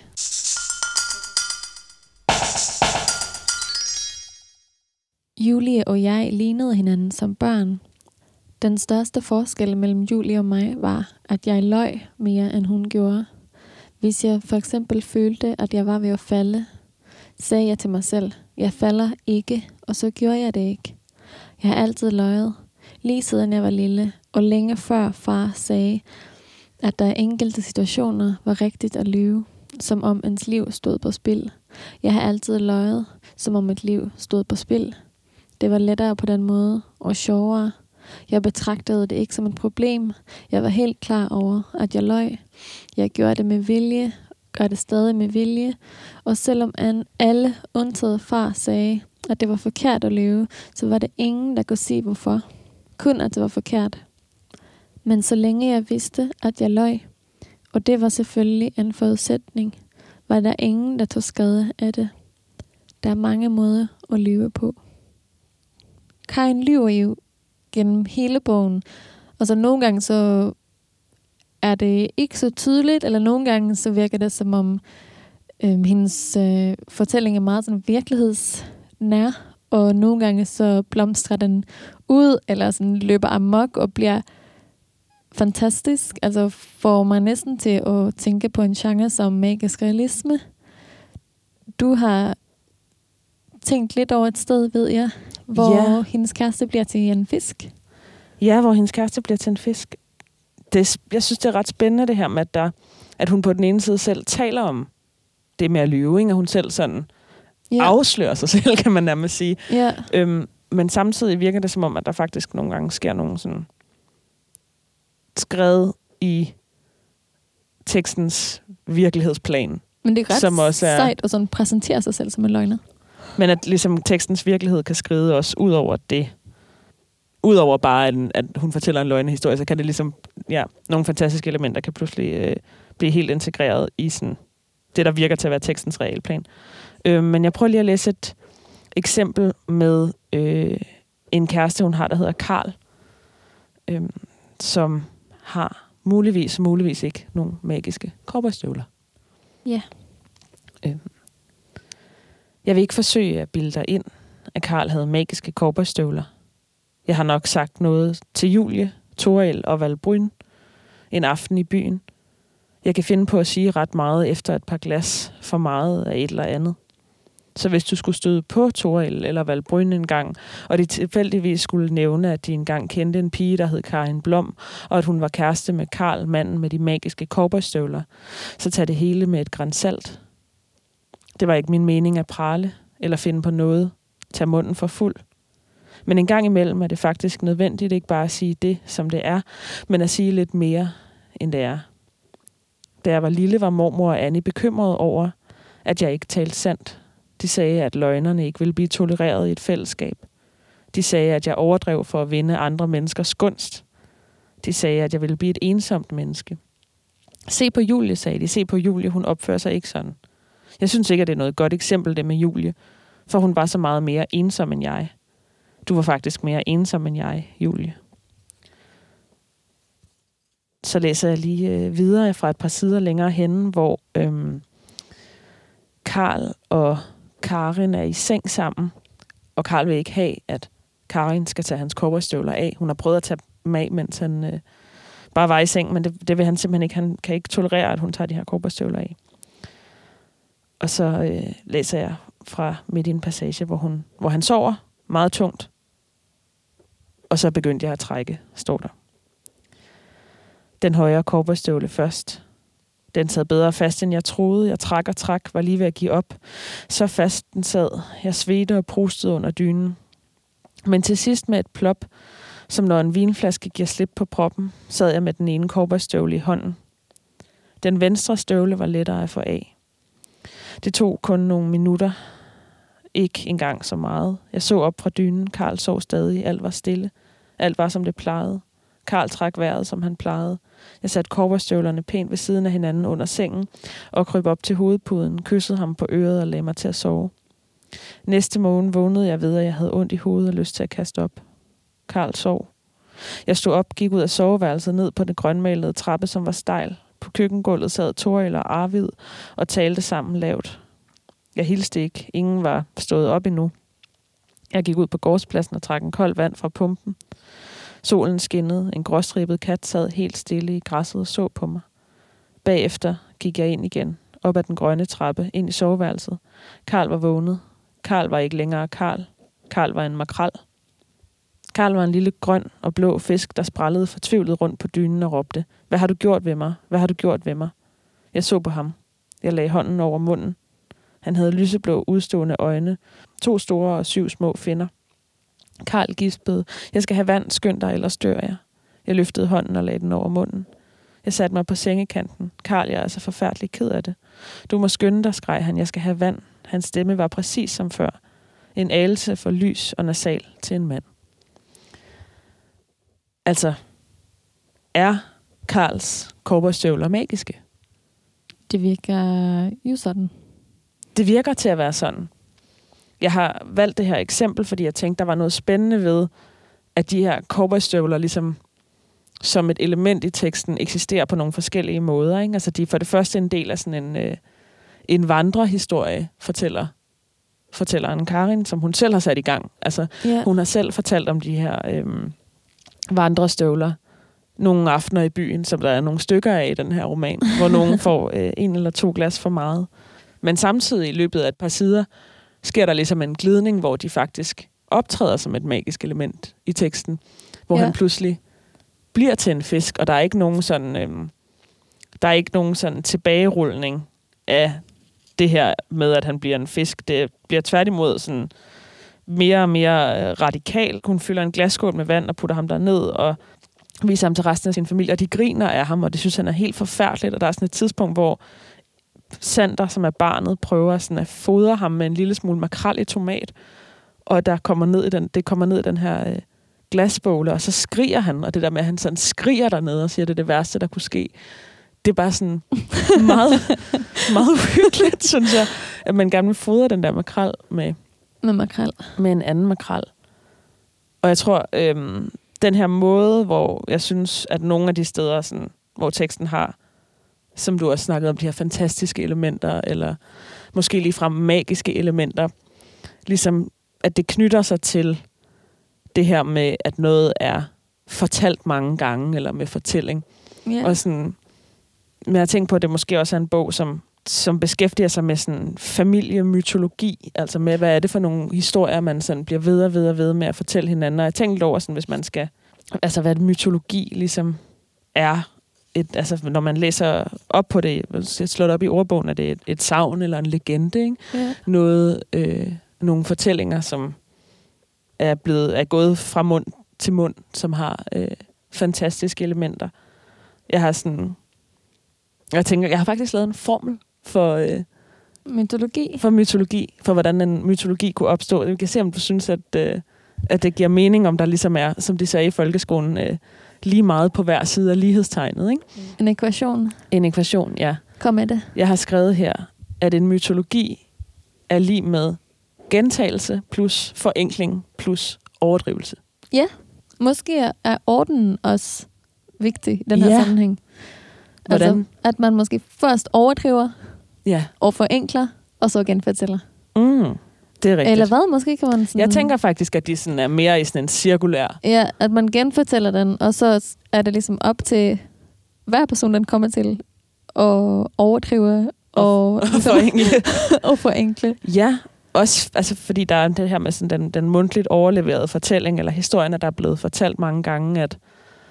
Julie og jeg lignede hinanden som børn. Den største forskel mellem Julie og mig var, at jeg løj mere, end hun gjorde. Hvis jeg for eksempel følte, at jeg var ved at falde, sagde jeg til mig selv. Jeg falder ikke, og så gjorde jeg det ikke. Jeg har altid løjet, lige siden jeg var lille, og længe før far sagde, at der i enkelte situationer var rigtigt at lyve, som om ens liv stod på spil. Jeg har altid løjet, som om et liv stod på spil. Det var lettere på den måde, og sjovere. Jeg betragtede det ikke som et problem. Jeg var helt klar over, at jeg løj. Jeg gjorde det med vilje, gør det stadig med vilje, og selvom alle undtaget far sagde, at det var forkert at lyve, så var det ingen, der kunne sige hvorfor. Kun at det var forkert. Men så længe jeg vidste, at jeg løj, og det var selvfølgelig en forudsætning, var der ingen, der tog skade af det. Der er mange måder at lyve på. Karin lyver jo gennem hele bogen, og så nogle gange så er det ikke så tydeligt, eller nogle gange så virker det som om hendes fortælling er meget sådan virkelighedsnær, og nogle gange så blomstrer den ud, eller sådan løber amok og bliver fantastisk. Altså får man næsten til at tænke på en genre som magisk realisme. Du har tænkt lidt over et sted, ved jeg, hvor hendes kæreste bliver til en fisk. Ja, hvor hendes kæreste bliver til en fisk. Jeg synes, det er ret spændende det her med, at hun på den ene side selv taler om det med at lyve, ikke? At hun selv sådan afslører sig selv, kan man nærmest sige. Men samtidig virker det som om, at der faktisk nogle gange sker nogle sådan skred i tekstens virkelighedsplan. Men det er ret som også sejt at sådan præsentere sig selv som en løgner. Men at ligesom tekstens virkelighed kan skride også ud over det. Udover bare, at hun fortæller en løgnehistorie, så kan det ligesom, nogle fantastiske elementer kan pludselig blive helt integreret i sådan det, der virker til at være tekstens realplan. Men jeg prøver lige at læse et eksempel med en kæreste, hun har, der hedder Karl, som har muligvis ikke nogle magiske cowboystøvler. Ja. Jeg vil ikke forsøge at bilde dig ind, at Karl havde magiske cowboystøvler. Jeg har nok sagt noget til Julie, Toril og Valbryn en aften i byen. Jeg kan finde på at sige ret meget efter et par glas for meget af et eller andet. Så hvis du skulle støde på Toril eller Valbryn en gang, og de tilfældigvis skulle nævne, at de engang kendte en pige, der hed Karin Blom, og at hun var kæreste med Karl, manden med de magiske cowboystøvler, så tag det hele med et gran salt. Det var ikke min mening at prale eller finde på noget. Tag munden for fuld. Men en gang imellem er det faktisk nødvendigt ikke bare at sige det, som det er, men at sige lidt mere, end det er. Da jeg var lille, var mormor og Annie bekymrede over, at jeg ikke talte sandt. De sagde, at løgnerne ikke ville blive tolereret i et fællesskab. De sagde, at jeg overdrev for at vinde andre menneskers gunst. De sagde, at jeg ville blive et ensomt menneske. Se på Julie, sagde de. Se på Julie, hun opfører sig ikke sådan. Jeg synes ikke, at det er noget godt eksempel, det med Julie, for hun var så meget mere ensom end jeg. Du var faktisk mere ensom end jeg, Julie. Så læser jeg lige videre fra et par sider længere henne, hvor Karl og Karin er i seng sammen, og Karl vil ikke have, at Karin skal tage hans cowboystøvler af. Hun har prøvet at tage dem af, mens han bare var i seng, men det vil han simpelthen ikke. Han kan ikke tolerere, at hun tager de her cowboystøvler af. Og så læser jeg fra midt i en passage, hvor han sover meget tungt. Og så begyndte jeg at trække, står der. Den højre cowboystøvle først. Den sad bedre fast, end jeg troede. Jeg trak og trak, var lige ved at give op. Så fast den sad. Jeg svedte og prustede under dynen. Men til sidst med et plop, som når en vinflaske giver slip på proppen, sad jeg med den ene cowboystøvle i hånden. Den venstre støvle var lettere at få af. Det tog kun nogle minutter. Ikke engang så meget. Jeg så op fra dynen. Karl sov stadig. Alt var stille. Alt var, som det plejede. Karl trak vejret, som han plejede. Jeg satte cowboystøvlerne pænt ved siden af hinanden under sengen og kryb op til hovedpuden, kyssede ham på øret og lagde mig til at sove. Næste morgen vågnede jeg ved, at jeg havde ondt i hovedet og lyst til at kaste op. Karl sov. Jeg stod op, gik ud af soveværelset ned på den grønmalede trappe, som var stejl. På køkkengulvet sad Toril og Arvid og talte sammen lavt. Jeg hilste ikke. Ingen var stået op endnu. Jeg gik ud på gårdspladsen og trak en kold vand fra pumpen. Solen skinnede. En gråstribet kat sad helt stille i græsset og så på mig. Bagefter gik jeg ind igen op ad den grønne trappe ind i soveværelset. Karl var vågnet. Karl var ikke længere Karl. Karl var en makrel. Karl var en lille grøn og blå fisk, der sprællede fortvivlet rundt på dynen og råbte: "Hvad har du gjort ved mig? Hvad har du gjort ved mig?" Jeg så på ham. Jeg lagde hånden over munden. Han havde lyseblå, udstående øjne, 2 store og 7 små finner. Karl gispede: "Jeg skal have vand, skynd dig, ellers dør jeg." Jeg løftede hånden og lagde den over munden. Jeg satte mig på sengekanten. "Karl, jeg er så forfærdelig ked af det." "Du må skynde dig," skreg han. "Jeg skal have vand." Hans stemme var præcis som før. En anelse for lys og nasal til en mand. Altså, er Karls cowboystøvler magiske? Det virker jo sådan. Det virker til at være sådan. Jeg har valgt det her eksempel, fordi jeg tænkte, der var noget spændende ved, at de her cowboystøvler ligesom som et element i teksten eksisterer på nogle forskellige måder. Ikke? Altså de er for det første en del af sådan en vandrehistorie, fortælleren Karin, som hun selv har sat i gang. Altså hun har selv fortalt om de her vandrestøvler nogle aftener i byen, som der er nogle stykker af i den her roman, hvor nogen får 1 eller 2 glas for meget. Men samtidig i løbet af et par sider sker der ligesom en glidning, hvor de faktisk optræder som et magisk element i teksten, hvor han pludselig bliver til en fisk, og der er ikke nogen sådan tilbagerulning af det her med, at han bliver en fisk. Det bliver tværtimod sådan mere og mere radikalt. Hun fylder en glasskål med vand og putter ham der ned og viser ham til resten af sin familie, og de griner af ham, og det synes han er helt forfærdeligt, og der er sådan et tidspunkt, hvor Sander, som er barnet, prøver sådan at fodre ham med en lille smule makrel i tomat, og det kommer ned i den her glasbåle, og så skriger han, og det der med, at han sådan skriger dernede og siger, at det er det værste, der kunne ske. Det er bare sådan meget, meget uhyggeligt, synes jeg, at man gerne vil fodre den der makrel med en anden makrel. Og jeg tror, den her måde, hvor jeg synes, at nogle af de steder, sådan, hvor teksten har, som du også snakkede om, de her fantastiske elementer, eller måske ligefrem magiske elementer, ligesom at det knytter sig til det her med, at noget er fortalt mange gange, eller med fortælling. Yeah. Og sådan, men jeg tænker på, at det måske også er en bog, som beskæftiger sig med sådan familiemytologi, altså med, hvad er det for nogle historier, man sådan bliver ved med at fortælle hinanden. Og jeg tænkte over, sådan, hvis man skal, altså hvad mytologi ligesom er, altså når man læser op på det, jeg slår det op i ordbogen, er det et sagn eller en legende, ikke? Yeah. Nogle fortællinger, som er gået fra mund til mund, som har fantastiske elementer. Jeg har faktisk lavet en formel for mytologi, for hvordan en mytologi kunne opstå. Vi kan se, om du synes, at det giver mening, om der ligesom er, som de sagde i folkeskolen, lige meget på hver side af lighedstegnet, ikke? En ekvation. En ekvation, ja. Kom med det. Jeg har skrevet her, at en mytologi er lig med gentagelse plus forenkling plus overdrivelse. Ja, måske er ordenen også vigtig i den her sammenhæng. Hvordan? Altså, at man måske først overdriver og forenkler, og så genfortæller. Det er rigtigt. Eller hvad? Måske kan man sådan... Jeg tænker faktisk, at de sådan er mere i sådan en cirkulær... Ja, at man genfortæller den, og så er det ligesom op til hver person, den kommer til at overdrive og forenkle. og forenkle. Ja, også altså, fordi der er det her med sådan den mundtligt overleverede fortælling, eller historierne, der er blevet fortalt mange gange, at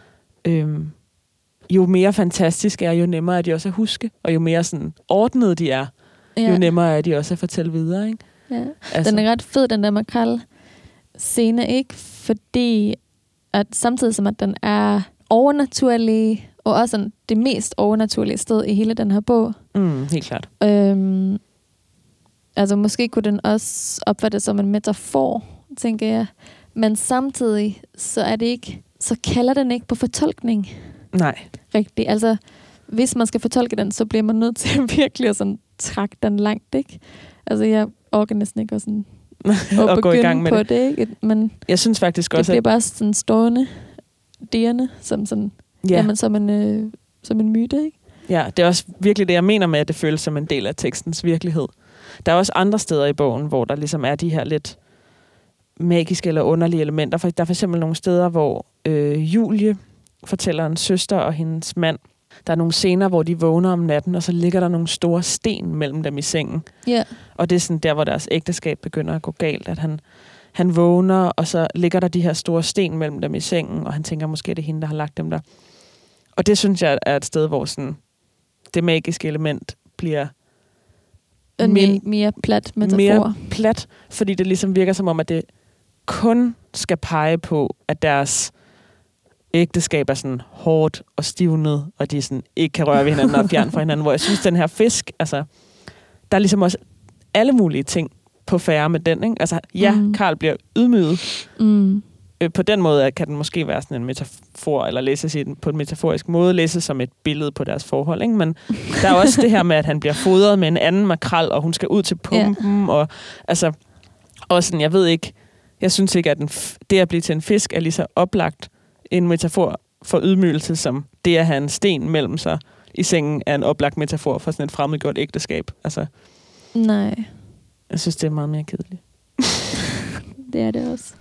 jo mere fantastisk er, jo nemmere er de også at huske, og jo mere sådan ordnede de er, jo nemmere er de også at fortælle videre, ikke? Ja. Altså. Den er ret fed, den der makrel-scene, ikke? Fordi at samtidig som at den er overnaturlig, og også sådan det mest overnaturlige sted i hele den her bog. Helt klart. Altså måske kunne den også opfattes som en metafor, tænker jeg. Men samtidig, så er det ikke, så kalder den ikke på fortolkning. Nej. Rigtigt. Altså, hvis man skal fortolke den, så bliver man nødt til at virkelig sådan trække den langt, ikke? Altså, jeg orker næsten ikke sådan at gå i gang med det, ikke? Men jeg synes faktisk også, det bliver bare sådan stående dirrende, som sådan, jamen, som en myte, ikke? Ja, det er også virkelig det, jeg mener med, at det føles som en del af tekstens virkelighed. Der er også andre steder i bogen, hvor der ligesom er de her lidt magiske eller underlige elementer. Der er for eksempel nogle steder, hvor Julie, fortællerens søster og hendes mand, der er nogle scener, hvor de vågner om natten, og så ligger der nogle store sten mellem dem i sengen. Ja. Og det er sådan der, hvor deres ægteskab begynder at gå galt, at han vågner, og så ligger der de her store sten mellem dem i sengen, og han tænker, måske det er hende, der har lagt dem der. Og det synes jeg er et sted, hvor sådan, det magiske element bliver mere plat metafor. Mere plat, fordi det ligesom virker som om, at det kun skal pege på, at deres ægteskab er sådan hårdt og stivnet, og de sådan ikke kan røre ved hinanden og fjerne fra hinanden, hvor jeg synes, den her fisk, altså, der er ligesom også alle mulige ting på færre med den, ikke? Altså, Karl bliver ydmyget. På den måde kan den måske være sådan en metafor, eller læses på en metaforisk måde, læses som et billede på deres forhold, ikke? Men der er også det her med, at han bliver fodret med en anden makrel, og hun skal ud til pumpen, og altså, og sådan, jeg ved ikke, jeg synes ikke, at det at blive til en fisk er lige så oplagt en metafor for ydmygelse, som det at have en sten mellem sig i sengen er en oplagt metafor for sådan et fremmedgjort ægteskab. Altså, nej. Jeg synes, det er meget mere kedeligt. Det er det også.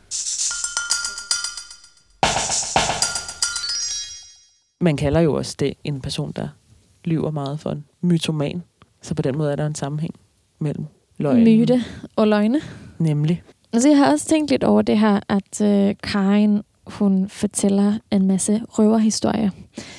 Man kalder jo også det en person, der lyver meget for en mytoman. Så på den måde er der en sammenhæng mellem løgn. Myte og løgne. Nemlig. Altså, jeg har også tænkt lidt over det her, at Karin, hun fortæller en masse røverhistorier.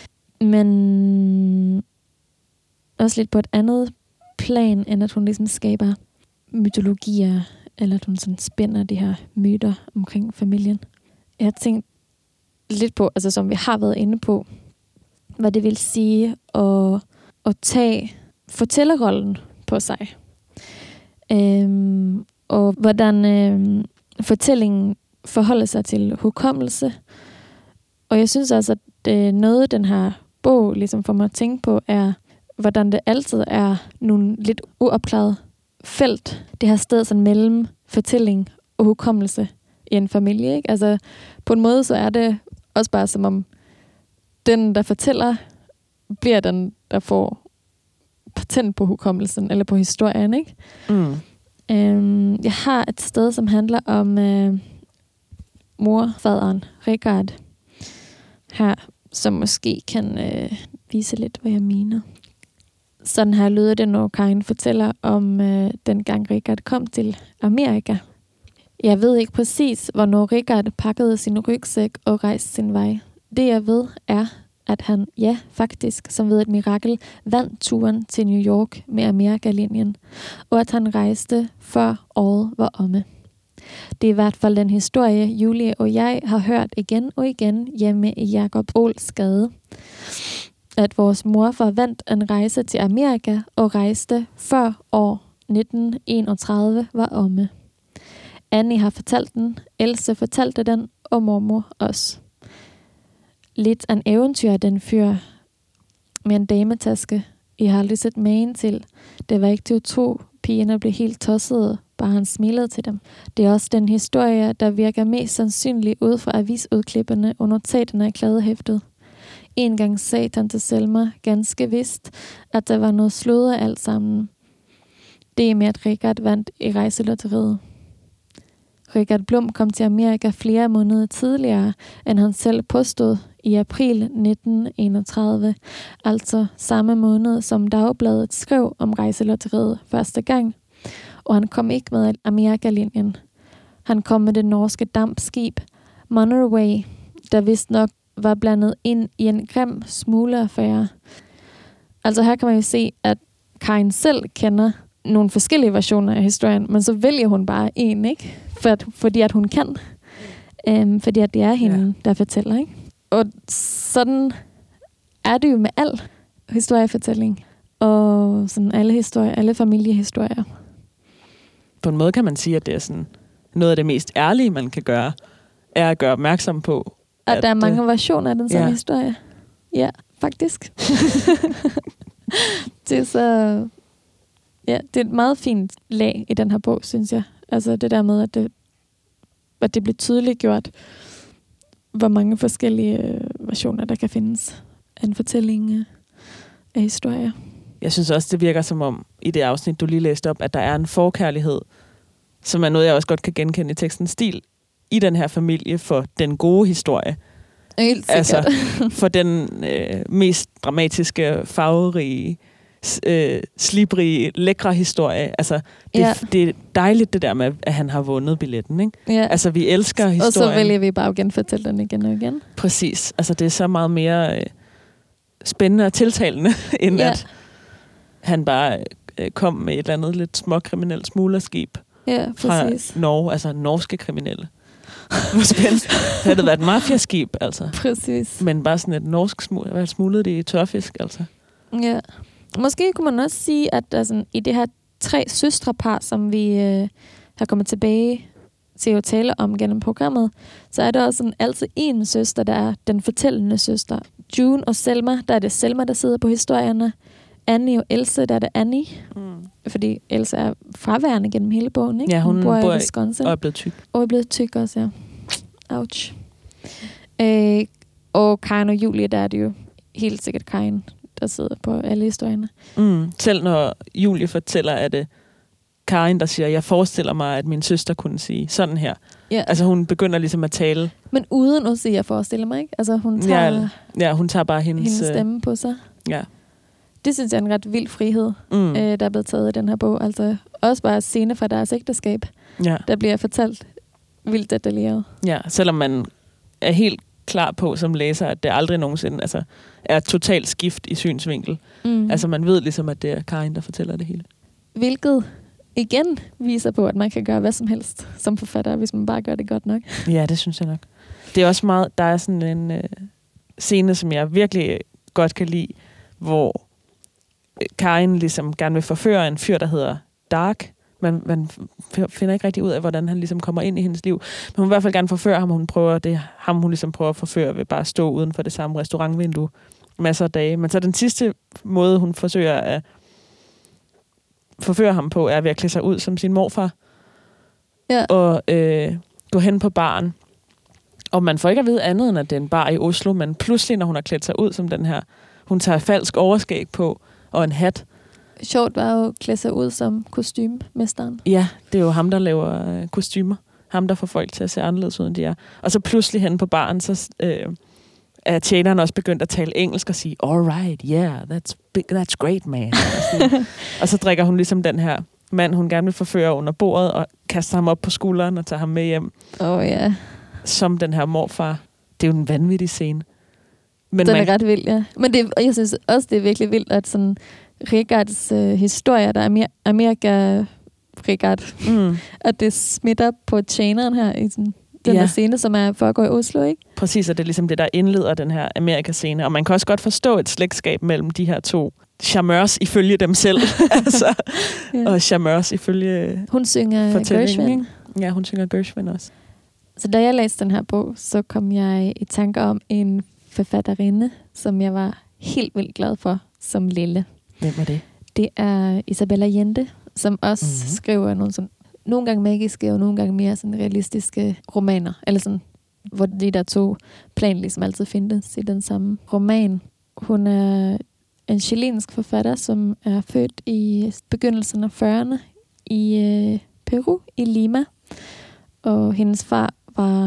Men også lidt på et andet plan, end at hun ligesom skaber mytologier, eller at hun sådan spænder de her myter omkring familien. Jeg har tænkt lidt på, altså som vi har været inde på, hvad det vil sige at tage fortællerrollen på sig. Og hvordan fortællingen forholder sig til hukommelse. Og jeg synes også, at noget den her bog ligesom får mig at tænke på, er, hvordan det altid er nogle lidt uopklarede felt. Det her sted sådan mellem fortælling og hukommelse i en familie. Ikke? Altså, på en måde så er det også bare som om den, der fortæller, bliver den, der får patent på hukommelsen, eller på historien, ikke? Jeg har et sted, som handler om morfaderen, Richard, her, som måske kan vise lidt, hvad jeg mener. Sådan her lyder det, når Karin fortæller om dengang Richard kom til Amerika. Jeg ved ikke præcis, hvornår Richard pakkede sin rygsæk og rejste sin vej. Det jeg ved er, at han, faktisk, som ved et mirakel, vandt turen til New York med Amerikalinjen, og at han rejste før året var omme. Det er i hvert fald den historie, Julie og jeg har hørt igen og igen hjemme i Jacob Ols Gade. At vores morfar vandt en rejse til Amerika og rejste før år 1931 var omme. Annie har fortalt den, Else fortalte den, og mormor også. Lidt af en eventyr, den fyr med en dametaske. I har aldrig set magen til. Det var ikke til at tro. Pigerne blev helt tossede, bare han smilede til dem. Det er også den historie, der virker mest sandsynlig ud fra avisudklipperne og notaterne i kladehæftet. En gang sagde tante Selma ganske vist, at der var noget sludder alt sammen. Det med, at Richard vandt i rejselotteriet. Richard Blum kom til Amerika flere måneder tidligere, end han selv påstod i april 1931, altså samme måned, som Dagbladet skrev om rejselotteriet første gang. Og han kom ikke med Amerikalinjen. Han kom med det norske dampskib Monterey, der vist nok var blandet ind i en grim smugleaffære. Altså her kan man jo se, at Karin selv kender nogle forskellige versioner af historien, men så vælger hun bare en, ikke? Fordi at hun kan. Fordi at det er hende, der fortæller, ikke? Og sådan er det jo med al historiefortælling. Og sådan alle historier, alle familiehistorier. På en måde kan man sige, at det er sådan noget af det mest ærlige, man kan gøre, er at gøre opmærksom på, at der er mange versioner af den samme historie. Ja, faktisk. Det er så... Ja, det er et meget fint lag i den her bog, synes jeg. Altså det der med, at det bliver tydeligt gjort, hvor mange forskellige versioner, der kan findes af en fortælling af historier. Jeg synes også, det virker som om, i det afsnit, du lige læste op, at der er en forkærlighed, som er noget, jeg også godt kan genkende i tekstens stil, i den her familie for den gode historie. Helt sikkert. Altså, for den mest dramatiske, farverige, slibrige, lækre historie. Altså, det er dejligt det der med, at han har vundet billetten, ikke? Ja. Altså, vi elsker historien. Og så vælger vi bare at genfortælle den igen og igen. Præcis. Altså, det er så meget mere spændende og tiltalende, end at han bare kom med et eller andet lidt småkriminelt smuglerskib fra Norge, altså norske kriminelle. Hvor spændende. Det havde været et mafiaskib, altså. Præcis. Men bare sådan et norsk smuglet det i tørfisk, altså. Ja. Måske kunne man også sige, at altså, i det her 3 søstrepar, som vi har kommet tilbage til at tale om gennem programmet, så er der også sådan, altid en søster, der er den fortællende søster. June og Selma, der er det Selma, der sidder på historierne. Annie og Else, der er det Annie. Fordi Else er fraværende gennem hele bogen, ikke? Ja, hun bor i Wisconsin. Og er blevet tyk. Og er blevet tyk også, ja. Ouch. Og Karin og Julie, der er det jo helt sikkert Karin, der sidder på alle historierne. Selv når Julie fortæller, at det Karin, der siger, jeg forestiller mig, at min søster kunne sige sådan her. Ja. Altså hun begynder ligesom at tale. Men uden at sige, jeg forestiller mig, ikke? Altså hun tager, hun tager bare hendes stemme på sig. Ja. Det synes jeg er en ret vild frihed, der er blevet taget i den her bog. Altså også bare scene fra deres ægteskab, der bliver fortalt vildt detaljeret. Ja, selvom man er helt klar på som læser, at det aldrig nogensinde er totalt skift i synsvinkel. Altså man ved ligesom, at det er Karin, der fortæller det hele. Hvilket igen viser på, at man kan gøre hvad som helst som forfatter, hvis man bare gør det godt nok. Ja, det synes jeg nok. Det er også meget, der er sådan en scene, som jeg virkelig godt kan lide, hvor Karin ligesom gerne vil forføre en fyr, der hedder Dark. Man finder ikke rigtig ud af, hvordan han ligesom kommer ind i hendes liv. Men hun vil i hvert fald gerne forføre ham, hun ligesom prøver at forføre ved bare at stå uden for det samme restaurantvindue masser af dage. Men så den sidste måde, hun forsøger at forføre ham på, er ved at klæde sig ud som sin morfar. Ja. Og gå hen på baren. Og man får ikke at vide andet, end at det er en bar i Oslo, men pludselig, når hun har klædt sig ud som den her, hun tager falsk overskæg på og en hat. Sjovt var jo at klæde sig ud som kostymemesteren. Ja, det er jo ham, der laver kostymer. Ham, der får folk til at se anderledes ud, end de er. Og så pludselig hen på baren, så er tjeneren også begyndt at tale engelsk og sige, all right, yeah, that's great, man. Og så drikker hun ligesom den her mand, hun gerne vil forføre under bordet, og kaster ham op på skulderen og tager ham med hjem. Ja. Som den her morfar. Det er jo en vanvittig scene. Men den er ret vild, ja. Men jeg synes også, det er virkelig vildt, at sådan Rigards historie, der er Amerika Rigard, at det smitter på tjeneren her i sådan, den her scene, som foregår i Oslo, ikke? Præcis, og det er ligesom det, der indleder den her Amerika-scene. Og man kan også godt forstå et slægtskab mellem de her 2 charmeurs ifølge dem selv. Altså, og charmeurs ifølge hun synger Gershwin. Ja, hun synger Gershwin også. Så da jeg læste den her bog, så kom jeg i tanker om en forfatterinde, som jeg var helt vildt glad for som lille. Hvem var det? Det er Isabella Allende, som også skriver nogle gange magiske og nogle gange mere sådan realistiske romaner. Eller sådan, hvor de der 2 plan ligesom altid findes i den samme roman. Hun er en chilensk forfatter, som er født i begyndelsen af 40'erne i Peru, i Lima. Og hendes far var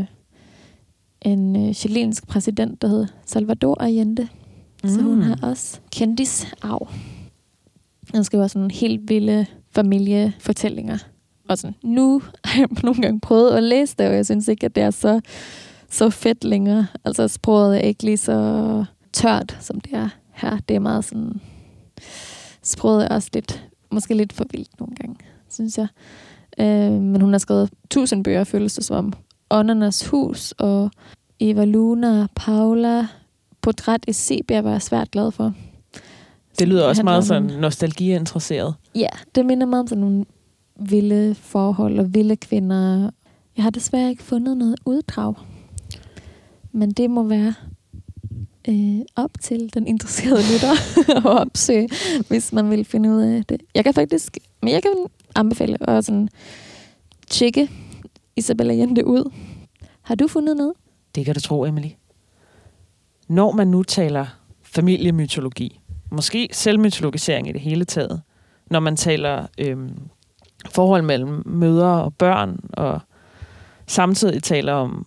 en chilensk præsident, der hed Salvador Allende. Så hun har også kendisarv. Hun skriver sådan helt vilde familiefortællinger. Og sådan, nu har jeg nogle gange prøvet at læse det, og jeg synes ikke, at det er så fedt længere. Altså sproget er ikke lige så tørt, som det er her. Det er meget sådan... Sproget er også måske lidt for vildt nogle gange, synes jeg. Men hun har skrevet 1000 bøger, føles det som Åndernes Hus, og Eva Luna, Paula, Portræt i Sepia var jeg svært glad for. Det lyder også meget sådan nostalgi-interesseret. Ja, det minder meget om sådan nogle vilde forhold og vilde kvinder. Jeg har desværre ikke fundet noget uddrag. Men det må være op til den interesserede lytter at opsøge, hvis man vil finde ud af det. Jeg kan anbefale at sådan tjekke Isabella Allende ud. Har du fundet noget? Det kan du tro, Emily. Når man nu taler familiemytologi, måske selvmytologisering i det hele taget, når man taler forhold mellem mødre og børn, og samtidig taler om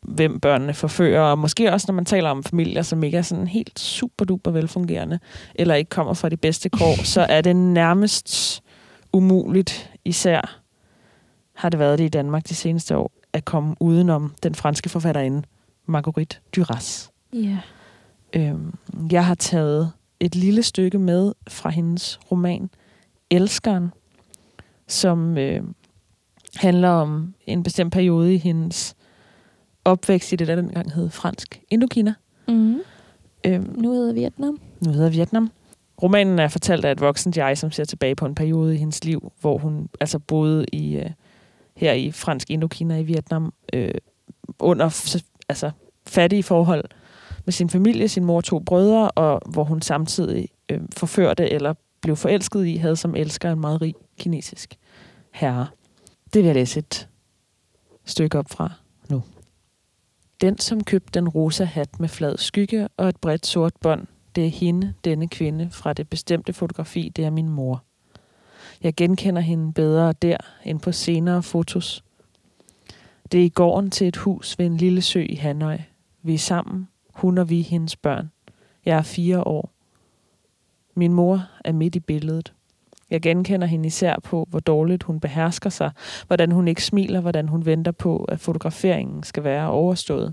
hvem børnene forfører, og måske også, når man taler om familier, som ikke er sådan helt super duper velfungerende, eller ikke kommer fra de bedste kår, så er det nærmest umuligt, især har det været det i Danmark de seneste år, at komme udenom den franske forfatterinde, Marguerite Duras. Ja. Jeg har taget et lille stykke med fra hendes roman Elskeren, som handler om en bestemt periode i hendes opvækst i det, der dengang hed Fransk Indokina. Mm. Nu hedder Vietnam. Romanen er fortalt af et voksent jeg, som ser tilbage på en periode i hendes liv, hvor hun altså boede her i Fransk Indokina i Vietnam under fattige forhold med sin familie, sin mor og 2 brødre, og hvor hun samtidig forførte eller blev forelsket i, havde som elsker en meget rig kinesisk herre. Det vil jeg læse et stykke op fra nu. Den, som købte den rosa hat med flad skygge og et bredt sort bånd, det er hende, denne kvinde, fra det bestemte fotografi, det er min mor. Jeg genkender hende bedre der, end på senere fotos. Det er i gården til et hus ved en lille sø i Hanoi. Vi er sammen, hun og vi, hendes børn. Jeg er 4 år. Min mor er midt i billedet. Jeg genkender hende især på, hvor dårligt hun behersker sig, hvordan hun ikke smiler, hvordan hun venter på, at fotograferingen skal være overstået.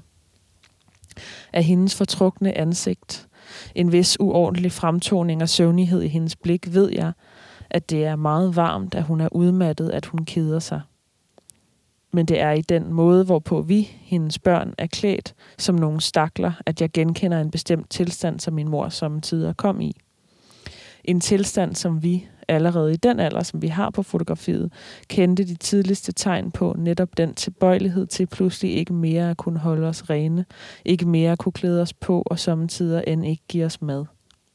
Af hendes fortrukne ansigt, en vis uordentlig fremtoning og søvnighed i hendes blik, ved jeg, at det er meget varmt, at hun er udmattet, at hun keder sig. Men det er i den måde, hvorpå vi, hendes børn, er klædt som nogle stakler, at jeg genkender en bestemt tilstand, som min mor sommetider kom i. En tilstand, som vi, allerede i den alder, som vi har på fotografiet, kendte de tidligste tegn på netop den tilbøjelighed til pludselig ikke mere at kunne holde os rene, ikke mere at kunne klæde os på og sommetider end ikke give os mad.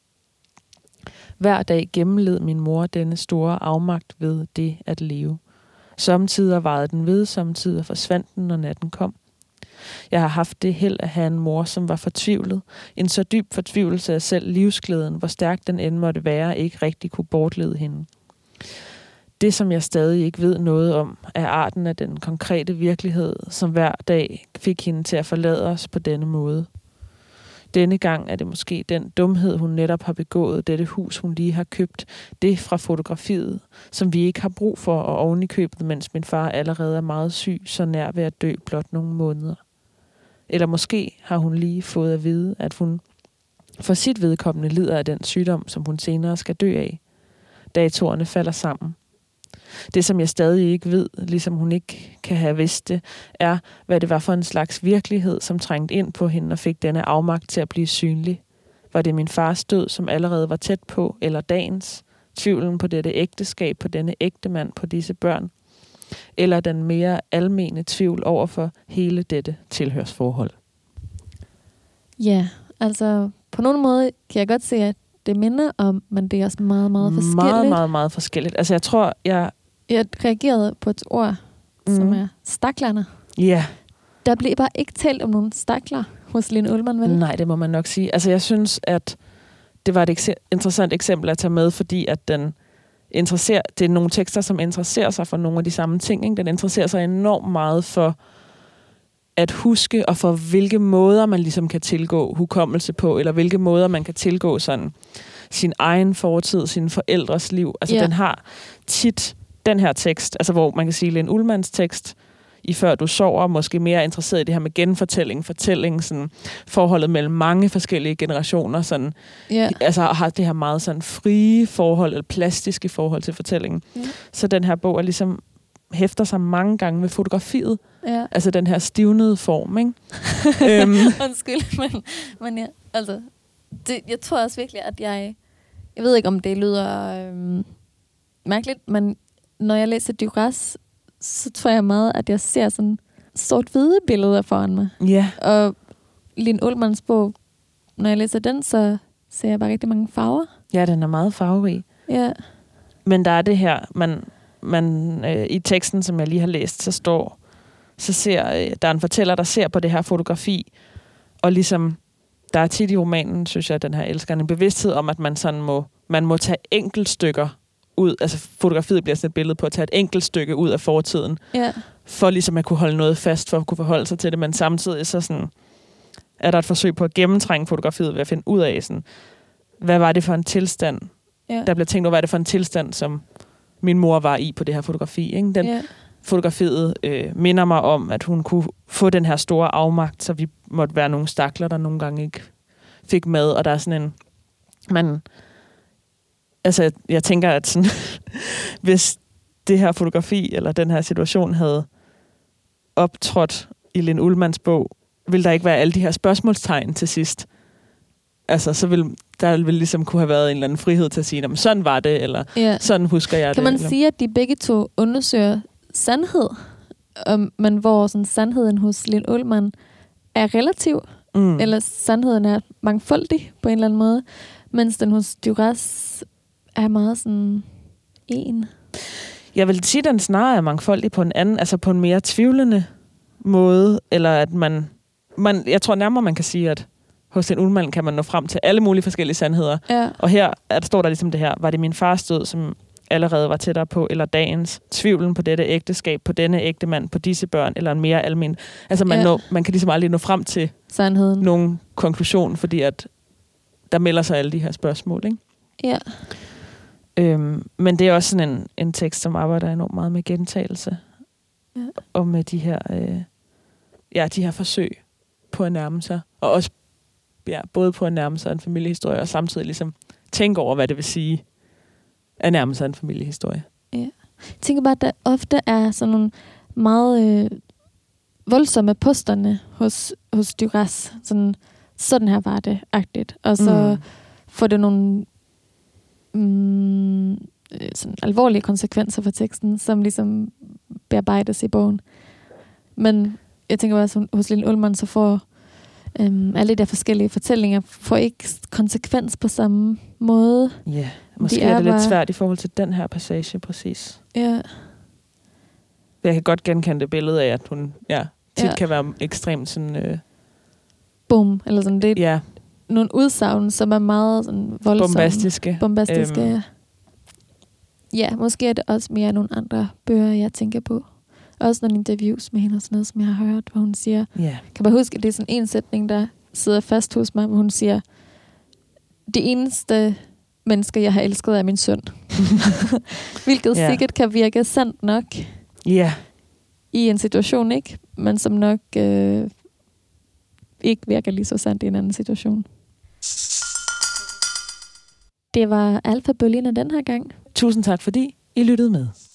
Hver dag gennemled min mor denne store afmagt ved det at leve. Sommetider varede den ved, sommetider forsvandt den, når natten kom. Jeg har haft det held at have en mor, som var fortvivlet. En så dyb fortvivlelse af selv livsglæden, hvor stærk den end måtte være, ikke rigtig kunne bortlede hende. Det, som jeg stadig ikke ved noget om, er arten af den konkrete virkelighed, som hver dag fik hende til at forlade os på denne måde. Denne gang er det måske den dumhed, hun netop har begået, dette hus, hun lige har købt, det fra fotografiet, som vi ikke har brug for, og oven i købet, mens min far allerede er meget syg, så nær ved at dø blot nogle måneder. Eller måske har hun lige fået at vide, at hun for sit vedkommende lider af den sygdom, som hun senere skal dø af. Datorerne falder sammen. Det, som jeg stadig ikke ved, ligesom hun ikke kan have vidst det, er, hvad det var for en slags virkelighed, som trængte ind på hende og fik denne afmagt til at blive synlig. Var det min fars død, som allerede var tæt på, eller dagens? Tvivlen på dette ægteskab, på denne ægtemand, på disse børn? Eller den mere almene tvivl over for hele dette tilhørsforhold? Ja, altså på nogen måde kan jeg godt se, at det minder om, men det er også meget, meget forskelligt. Meget forskelligt. Altså jeg tror, jeg reagerede på et ord, som er staklerne. Ja. Yeah. Der blev bare ikke talt om nogen stakler hos Linn Ullmann, vel? Nej, det må man nok sige. Altså jeg synes, at det var et interessant eksempel at tage med, fordi at det er nogle tekster, som interesserer sig for nogle af de samme ting. Ikke? Den interesserer sig enormt meget for at huske, og for hvilke måder man ligesom kan tilgå hukommelse på, eller hvilke måder man kan tilgå sådan sin egen fortid, sine forældres liv. Altså den har tit den her tekst, altså hvor man kan sige, Linn Ullmanns tekst, i Før du sover, måske mere interesseret i det her med fortælling, sådan forholdet mellem mange forskellige generationer, sådan, altså har det her meget sådan frie forhold, eller plastiske forhold til fortællingen. Så den her bog er ligesom hæfter sig mange gange ved fotografiet. Ja. Altså den her stivnede form, ikke? Undskyld, men ja, altså, jeg tror også virkelig, at jeg ved ikke, om det lyder mærkeligt, men når jeg læser Duras, så tror jeg meget, at jeg ser sådan sort-hvide billeder foran mig. Ja. Og Linn Ullmanns bog, når jeg læser den, så ser jeg bare rigtig mange farver. Ja, den er meget farverig. Ja. Men der er det her, man i teksten, som jeg lige har læst, så ser der er en fortæller, der ser på det her fotografi, og ligesom, der er tit i romanen, synes jeg, den her elsker en bevidsthed om, at man sådan må tage enkeltstykker ud, altså fotografiet bliver sådan et billede på at tage et enkelt stykke ud af fortiden, for ligesom at kunne holde noget fast, for at kunne forholde sig til det, men samtidig så sådan, er der et forsøg på at gennemtrænge fotografiet ved at finde ud af, sådan, hvad var det for en tilstand, der blev tænkt over, hvad er det for en tilstand, som min mor var i på det her fotografi. Ikke? Den fotografiet minder mig om, at hun kunne få den her store afmagt, så vi måtte være nogle stakler, der nogle gange ikke fik mad, og der er sådan en... jeg tænker, at sådan, hvis det her fotografi, eller den her situation, havde optrådt i Linn Ullmanns bog, ville der ikke være alle de her spørgsmålstegn til sidst. Altså, så ville der ligesom kunne have været en eller anden frihed til at sige, sådan var det, eller sådan husker jeg det. Kan man sige, at de begge to undersøger sandhed, men hvor sådan, sandheden hos Linn Ullmann er relativ, eller sandheden er mangfoldig på en eller anden måde, mens den hos Duras er meget sådan en. Jeg vil sige, at den snarere er mangfoldig på en anden, altså på en mere tvivlende måde, eller at man jeg tror nærmere, man kan sige, at hos Linn Ullmann kan man nå frem til alle mulige forskellige sandheder. Ja. Og her står der ligesom det her, var det min fars død, som allerede var tættere på, eller dagens tvivlen på dette ægteskab, på denne ægtemand, på disse børn, eller en mere almen. Altså man kan ligesom aldrig nå frem til sandheden. Nogen konklusion, fordi at der melder sig alle de her spørgsmål, ikke? Ja. Men det er også sådan en tekst, som arbejder enormt meget med gentagelse. Ja. Og med de her forsøg på at nærme sig. Og også både på at nærme sig en familiehistorie, og samtidig ligesom tænke over, hvad det vil sige at nærme sig en familiehistorie. Ja. Jeg tænker bare, at der ofte er sådan nogle meget voldsomme posterne hos Duras. Sådan her var det, agtigt. Og så får det nogle sådan alvorlige konsekvenser for teksten, som ligesom bearbejdes i bogen. Men jeg tænker bare, at hos Linn Ullmann, så får alle de der forskellige fortællinger får ikke konsekvens på samme måde. Ja, måske er det lidt svært i forhold til den her passage, præcis. Ja. Jeg kan godt genkende det billede af, at hun tit kan være ekstremt sådan... Boom, eller sådan det. Ja. Nogle udsagn, som er meget sådan voldsomme. Bombastiske, ja. Ja, måske er det også mere nogle andre bøger, jeg tænker på. Også nogle interviews med hende og sådan noget, som jeg har hørt, hvor hun siger... Kan bare huske, at det er sådan en sætning, der sidder fast hos mig, hvor hun siger, det eneste menneske, jeg har elsket, er min søn. Hvilket sikkert kan virke sandt nok i en situation, ikke? Men som nok ikke virker lige så sandt i en anden situation. Det var alt for bølgerne den her gang. Tusind tak, fordi I lyttede med.